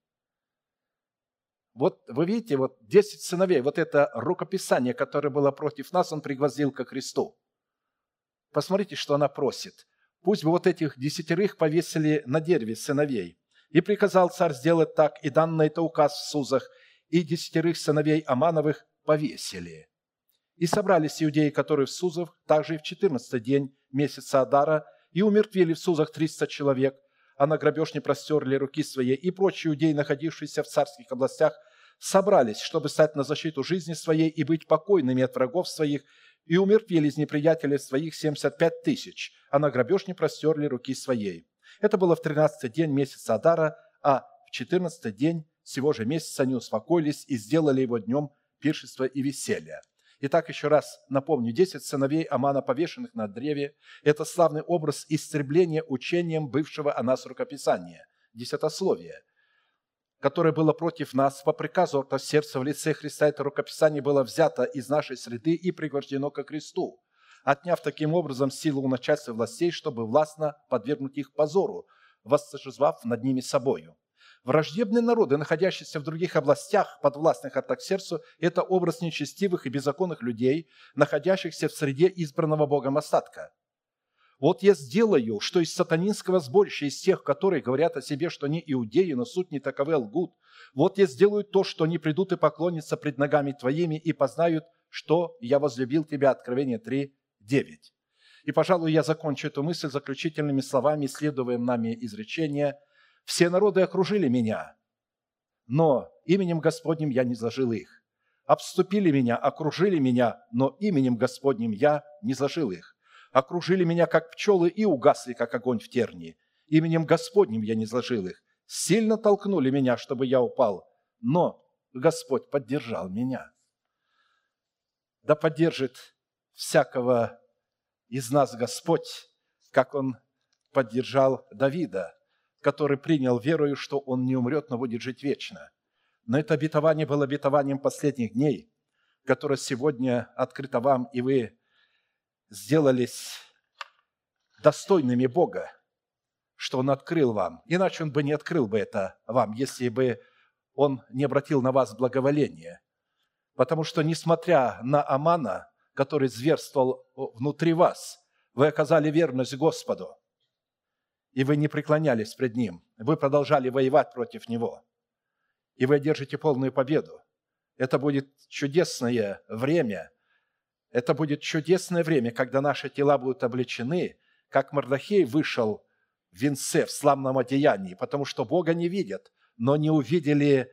S1: Вот вы видите, вот десять сыновей, вот это рукописание, которое было против нас, он пригвоздил ко Христу. Посмотрите, что она просит. Пусть бы вот этих десятерых повесили на дереве сыновей. И приказал царь сделать так, и дан на это указ в Сузах, и десятерых сыновей Амановых повесили. И собрались иудеи, которые в Сузах, также и в четырнадцатый день месяца Адара, и умертвили в Сузах триста человек, а на грабеж не простерли руки свои, и прочие иудеи, находившиеся в царских областях, собрались, чтобы стать на защиту жизни своей и быть покойными от врагов своих, и умертвили из неприятелей своих семьдесят пять тысяч, а на грабеж не простерли руки своей. Это было в тринадцатый день месяца Адара, а в четырнадцатый день сего же месяца они успокоились и сделали его днем пиршества и веселья. Итак, еще раз напомню, десять сыновей Амана, повешенных на древе, это славный образ истребления учением бывшего о нас рукописания, десятословие, которое было против нас по приказу от сердца в лице Христа. Это рукописание было взято из нашей среды и пригвождено ко кресту, отняв таким образом силу у начальства властей, чтобы властно подвергнуть их позору, восторжествовав над ними собою. Враждебные народы, находящиеся в других областях, подвластных Артаксерксу, это образ нечестивых и беззаконных людей, находящихся в среде избранного Богом остатка. Вот я сделаю, что из сатанинского сборища, из тех, которые говорят о себе, что они иудеи, но суть не таковы, лгут. Вот я сделаю то, что они придут и поклонятся пред ногами твоими и познают, что я возлюбил тебя. Откровение три, девять. И, пожалуй, я закончу эту мысль заключительными словами, исследуемым нами изречения. «Все народы окружили меня, но именем Господним я не зажил их. Обступили меня, окружили меня, но именем Господним я не зажил их. Окружили меня, как пчелы, и угасли, как огонь в тернии. Именем Господним я не зажил их. Сильно толкнули меня, чтобы я упал, но Господь поддержал меня». Да поддержит всякого из нас Господь, как Он поддержал Давида, который принял верою, что он не умрет, но будет жить вечно. Но это обетование было обетованием последних дней, которое сегодня открыто вам, и вы сделались достойными Бога, что Он открыл вам. Иначе Он бы не открыл бы это вам, если бы Он не обратил на вас благоволение. Потому что, несмотря на Амана, который зверствовал внутри вас, вы оказали верность Господу, и вы не преклонялись пред Ним. Вы продолжали воевать против Него. И вы одержите полную победу. Это будет чудесное время. Это будет чудесное время, когда наши тела будут облечены, как Мордохей вышел в венце, в славном одеянии, потому что Бога не видят, но не увидели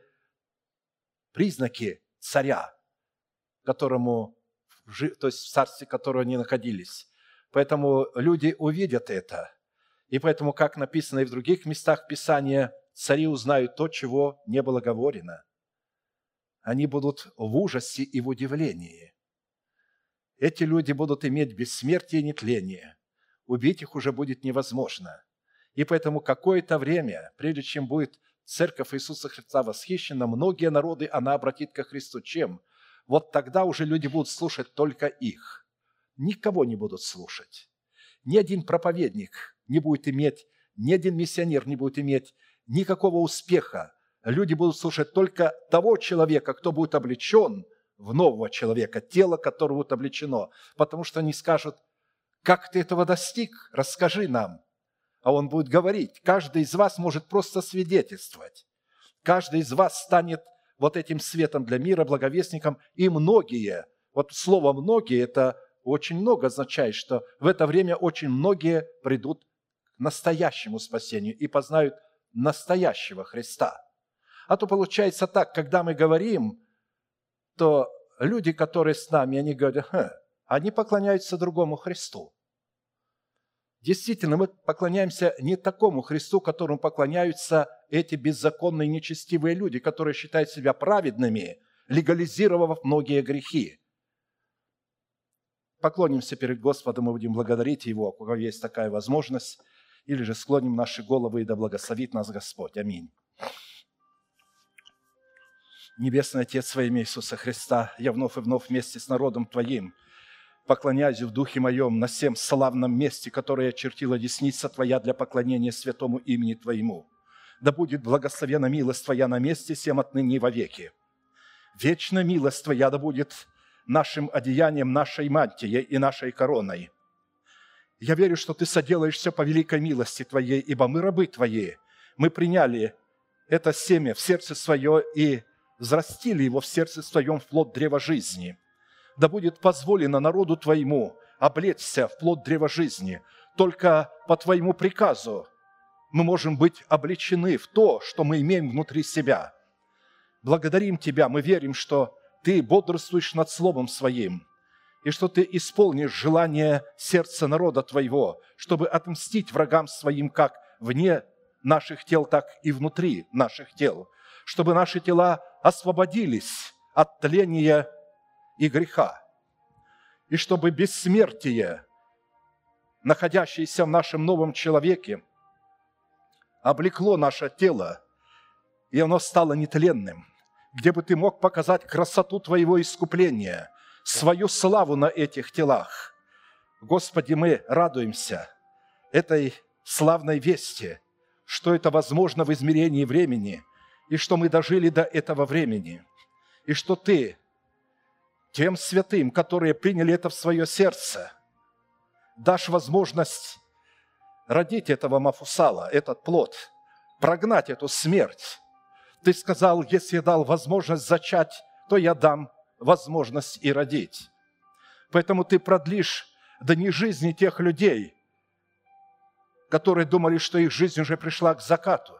S1: признаки царя, которому, то есть в царстве, в котором они находились. Поэтому люди увидят это. И поэтому, как написано и в других местах Писания, цари узнают то, чего не было говорено. Они будут в ужасе и в удивлении. Эти люди будут иметь бессмертие и нетление. Убить их уже будет невозможно. И поэтому какое-то время, прежде чем будет Церковь Иисуса Христа восхищена, многие народы она обратит ко Христу. Чем? Вот тогда уже люди будут слушать только их. Никого не будут слушать. Ни один проповедник не будет иметь, ни один миссионер не будет иметь никакого успеха. Люди будут слушать только того человека, кто будет облечен в нового человека, тело которого будет облечено. Потому что они скажут: как ты этого достиг? Расскажи нам. А он будет говорить. Каждый из вас может просто свидетельствовать. Каждый из вас станет вот этим светом для мира, благовестником. И многие, вот слово «многие» это очень много означает, что в это время очень многие придут к настоящему спасению и познают настоящего Христа. А то получается так, когда мы говорим, то люди, которые с нами, они говорят: Ха, они поклоняются другому Христу. Действительно, мы поклоняемся не такому Христу, которому поклоняются эти беззаконные нечестивые люди, которые считают себя праведными, легализировав многие грехи. Поклонимся перед Господом и будем благодарить Его, у кого есть такая возможность, или же склоним наши головы, и да благословит нас Господь. Аминь. Небесный Отец, во имя Иисуса Христа, я вновь и вновь вместе с народом Твоим поклоняюсь в духе моем на всем славном месте, которое очертила десница Твоя для поклонения святому имени Твоему. Да будет благословена милость Твоя на месте всем отныне и вовеки. Вечная милость Твоя да будет нашим одеянием, нашей мантией и нашей короной. Я верю, что Ты соделаешь все по великой милости Твоей, ибо мы рабы Твои. Мы приняли это семя в сердце свое и взрастили его в сердце своем в плод древа жизни. Да будет позволено народу Твоему облечься в плод древа жизни. Только по Твоему приказу мы можем быть облечены в то, что мы имеем внутри себя. Благодарим Тебя, мы верим, что Ты бодрствуешь над Словом Своим, и что Ты исполнишь желание сердца народа Твоего, чтобы отмстить врагам Своим как вне наших тел, так и внутри наших тел, чтобы наши тела освободились от тления и греха, и чтобы бессмертие, находящееся в нашем новом человеке, облекло наше тело, и оно стало нетленным, где бы Ты мог показать красоту Твоего искупления, свою славу на этих телах. Господи, мы радуемся этой славной вести, что это возможно в измерении времени, и что мы дожили до этого времени, и что Ты тем святым, которые приняли это в свое сердце, дашь возможность родить этого Мафусала, этот плод, прогнать эту смерть. Ты сказал, если я дал возможность зачать, то я дам возможность и родить. Поэтому Ты продлишь дни жизни тех людей, которые думали, что их жизнь уже пришла к закату.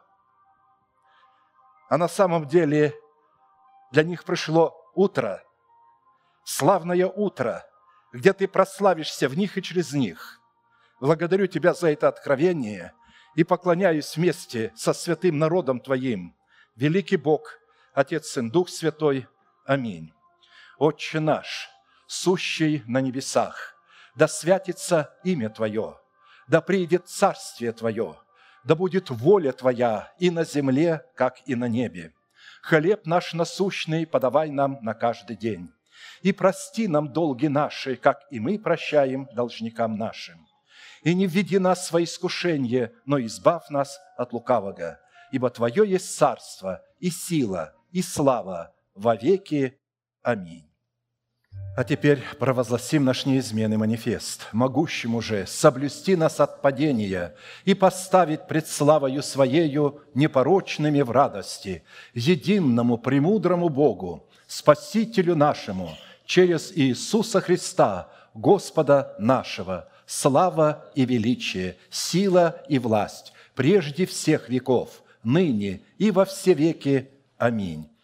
S1: А на самом деле для них пришло утро, славное утро, где Ты прославишься в них и через них. Благодарю Тебя за это откровение и поклоняюсь вместе со святым народом Твоим. Великий Бог, Отец, Сын, Дух Святой. Аминь. Отче наш, сущий на небесах, да святится имя Твое, да приидет царствие Твое, да будет воля Твоя и на земле, как и на небе. Хлеб наш насущный подавай нам на каждый день. И прости нам долги наши, как и мы прощаем должникам нашим. И не введи нас во искушение, но избавь нас от лукавого. Ибо Твое есть царство, и сила, и слава во веки. Аминь. А теперь провозгласим наш неизменный манифест, могущему же соблюсти нас от падения и поставить пред славою Своею непорочными в радости, единому премудрому Богу, Спасителю нашему, через Иисуса Христа, Господа нашего, слава и величие, сила и власть, прежде всех веков, ныне и во все веки. Аминь.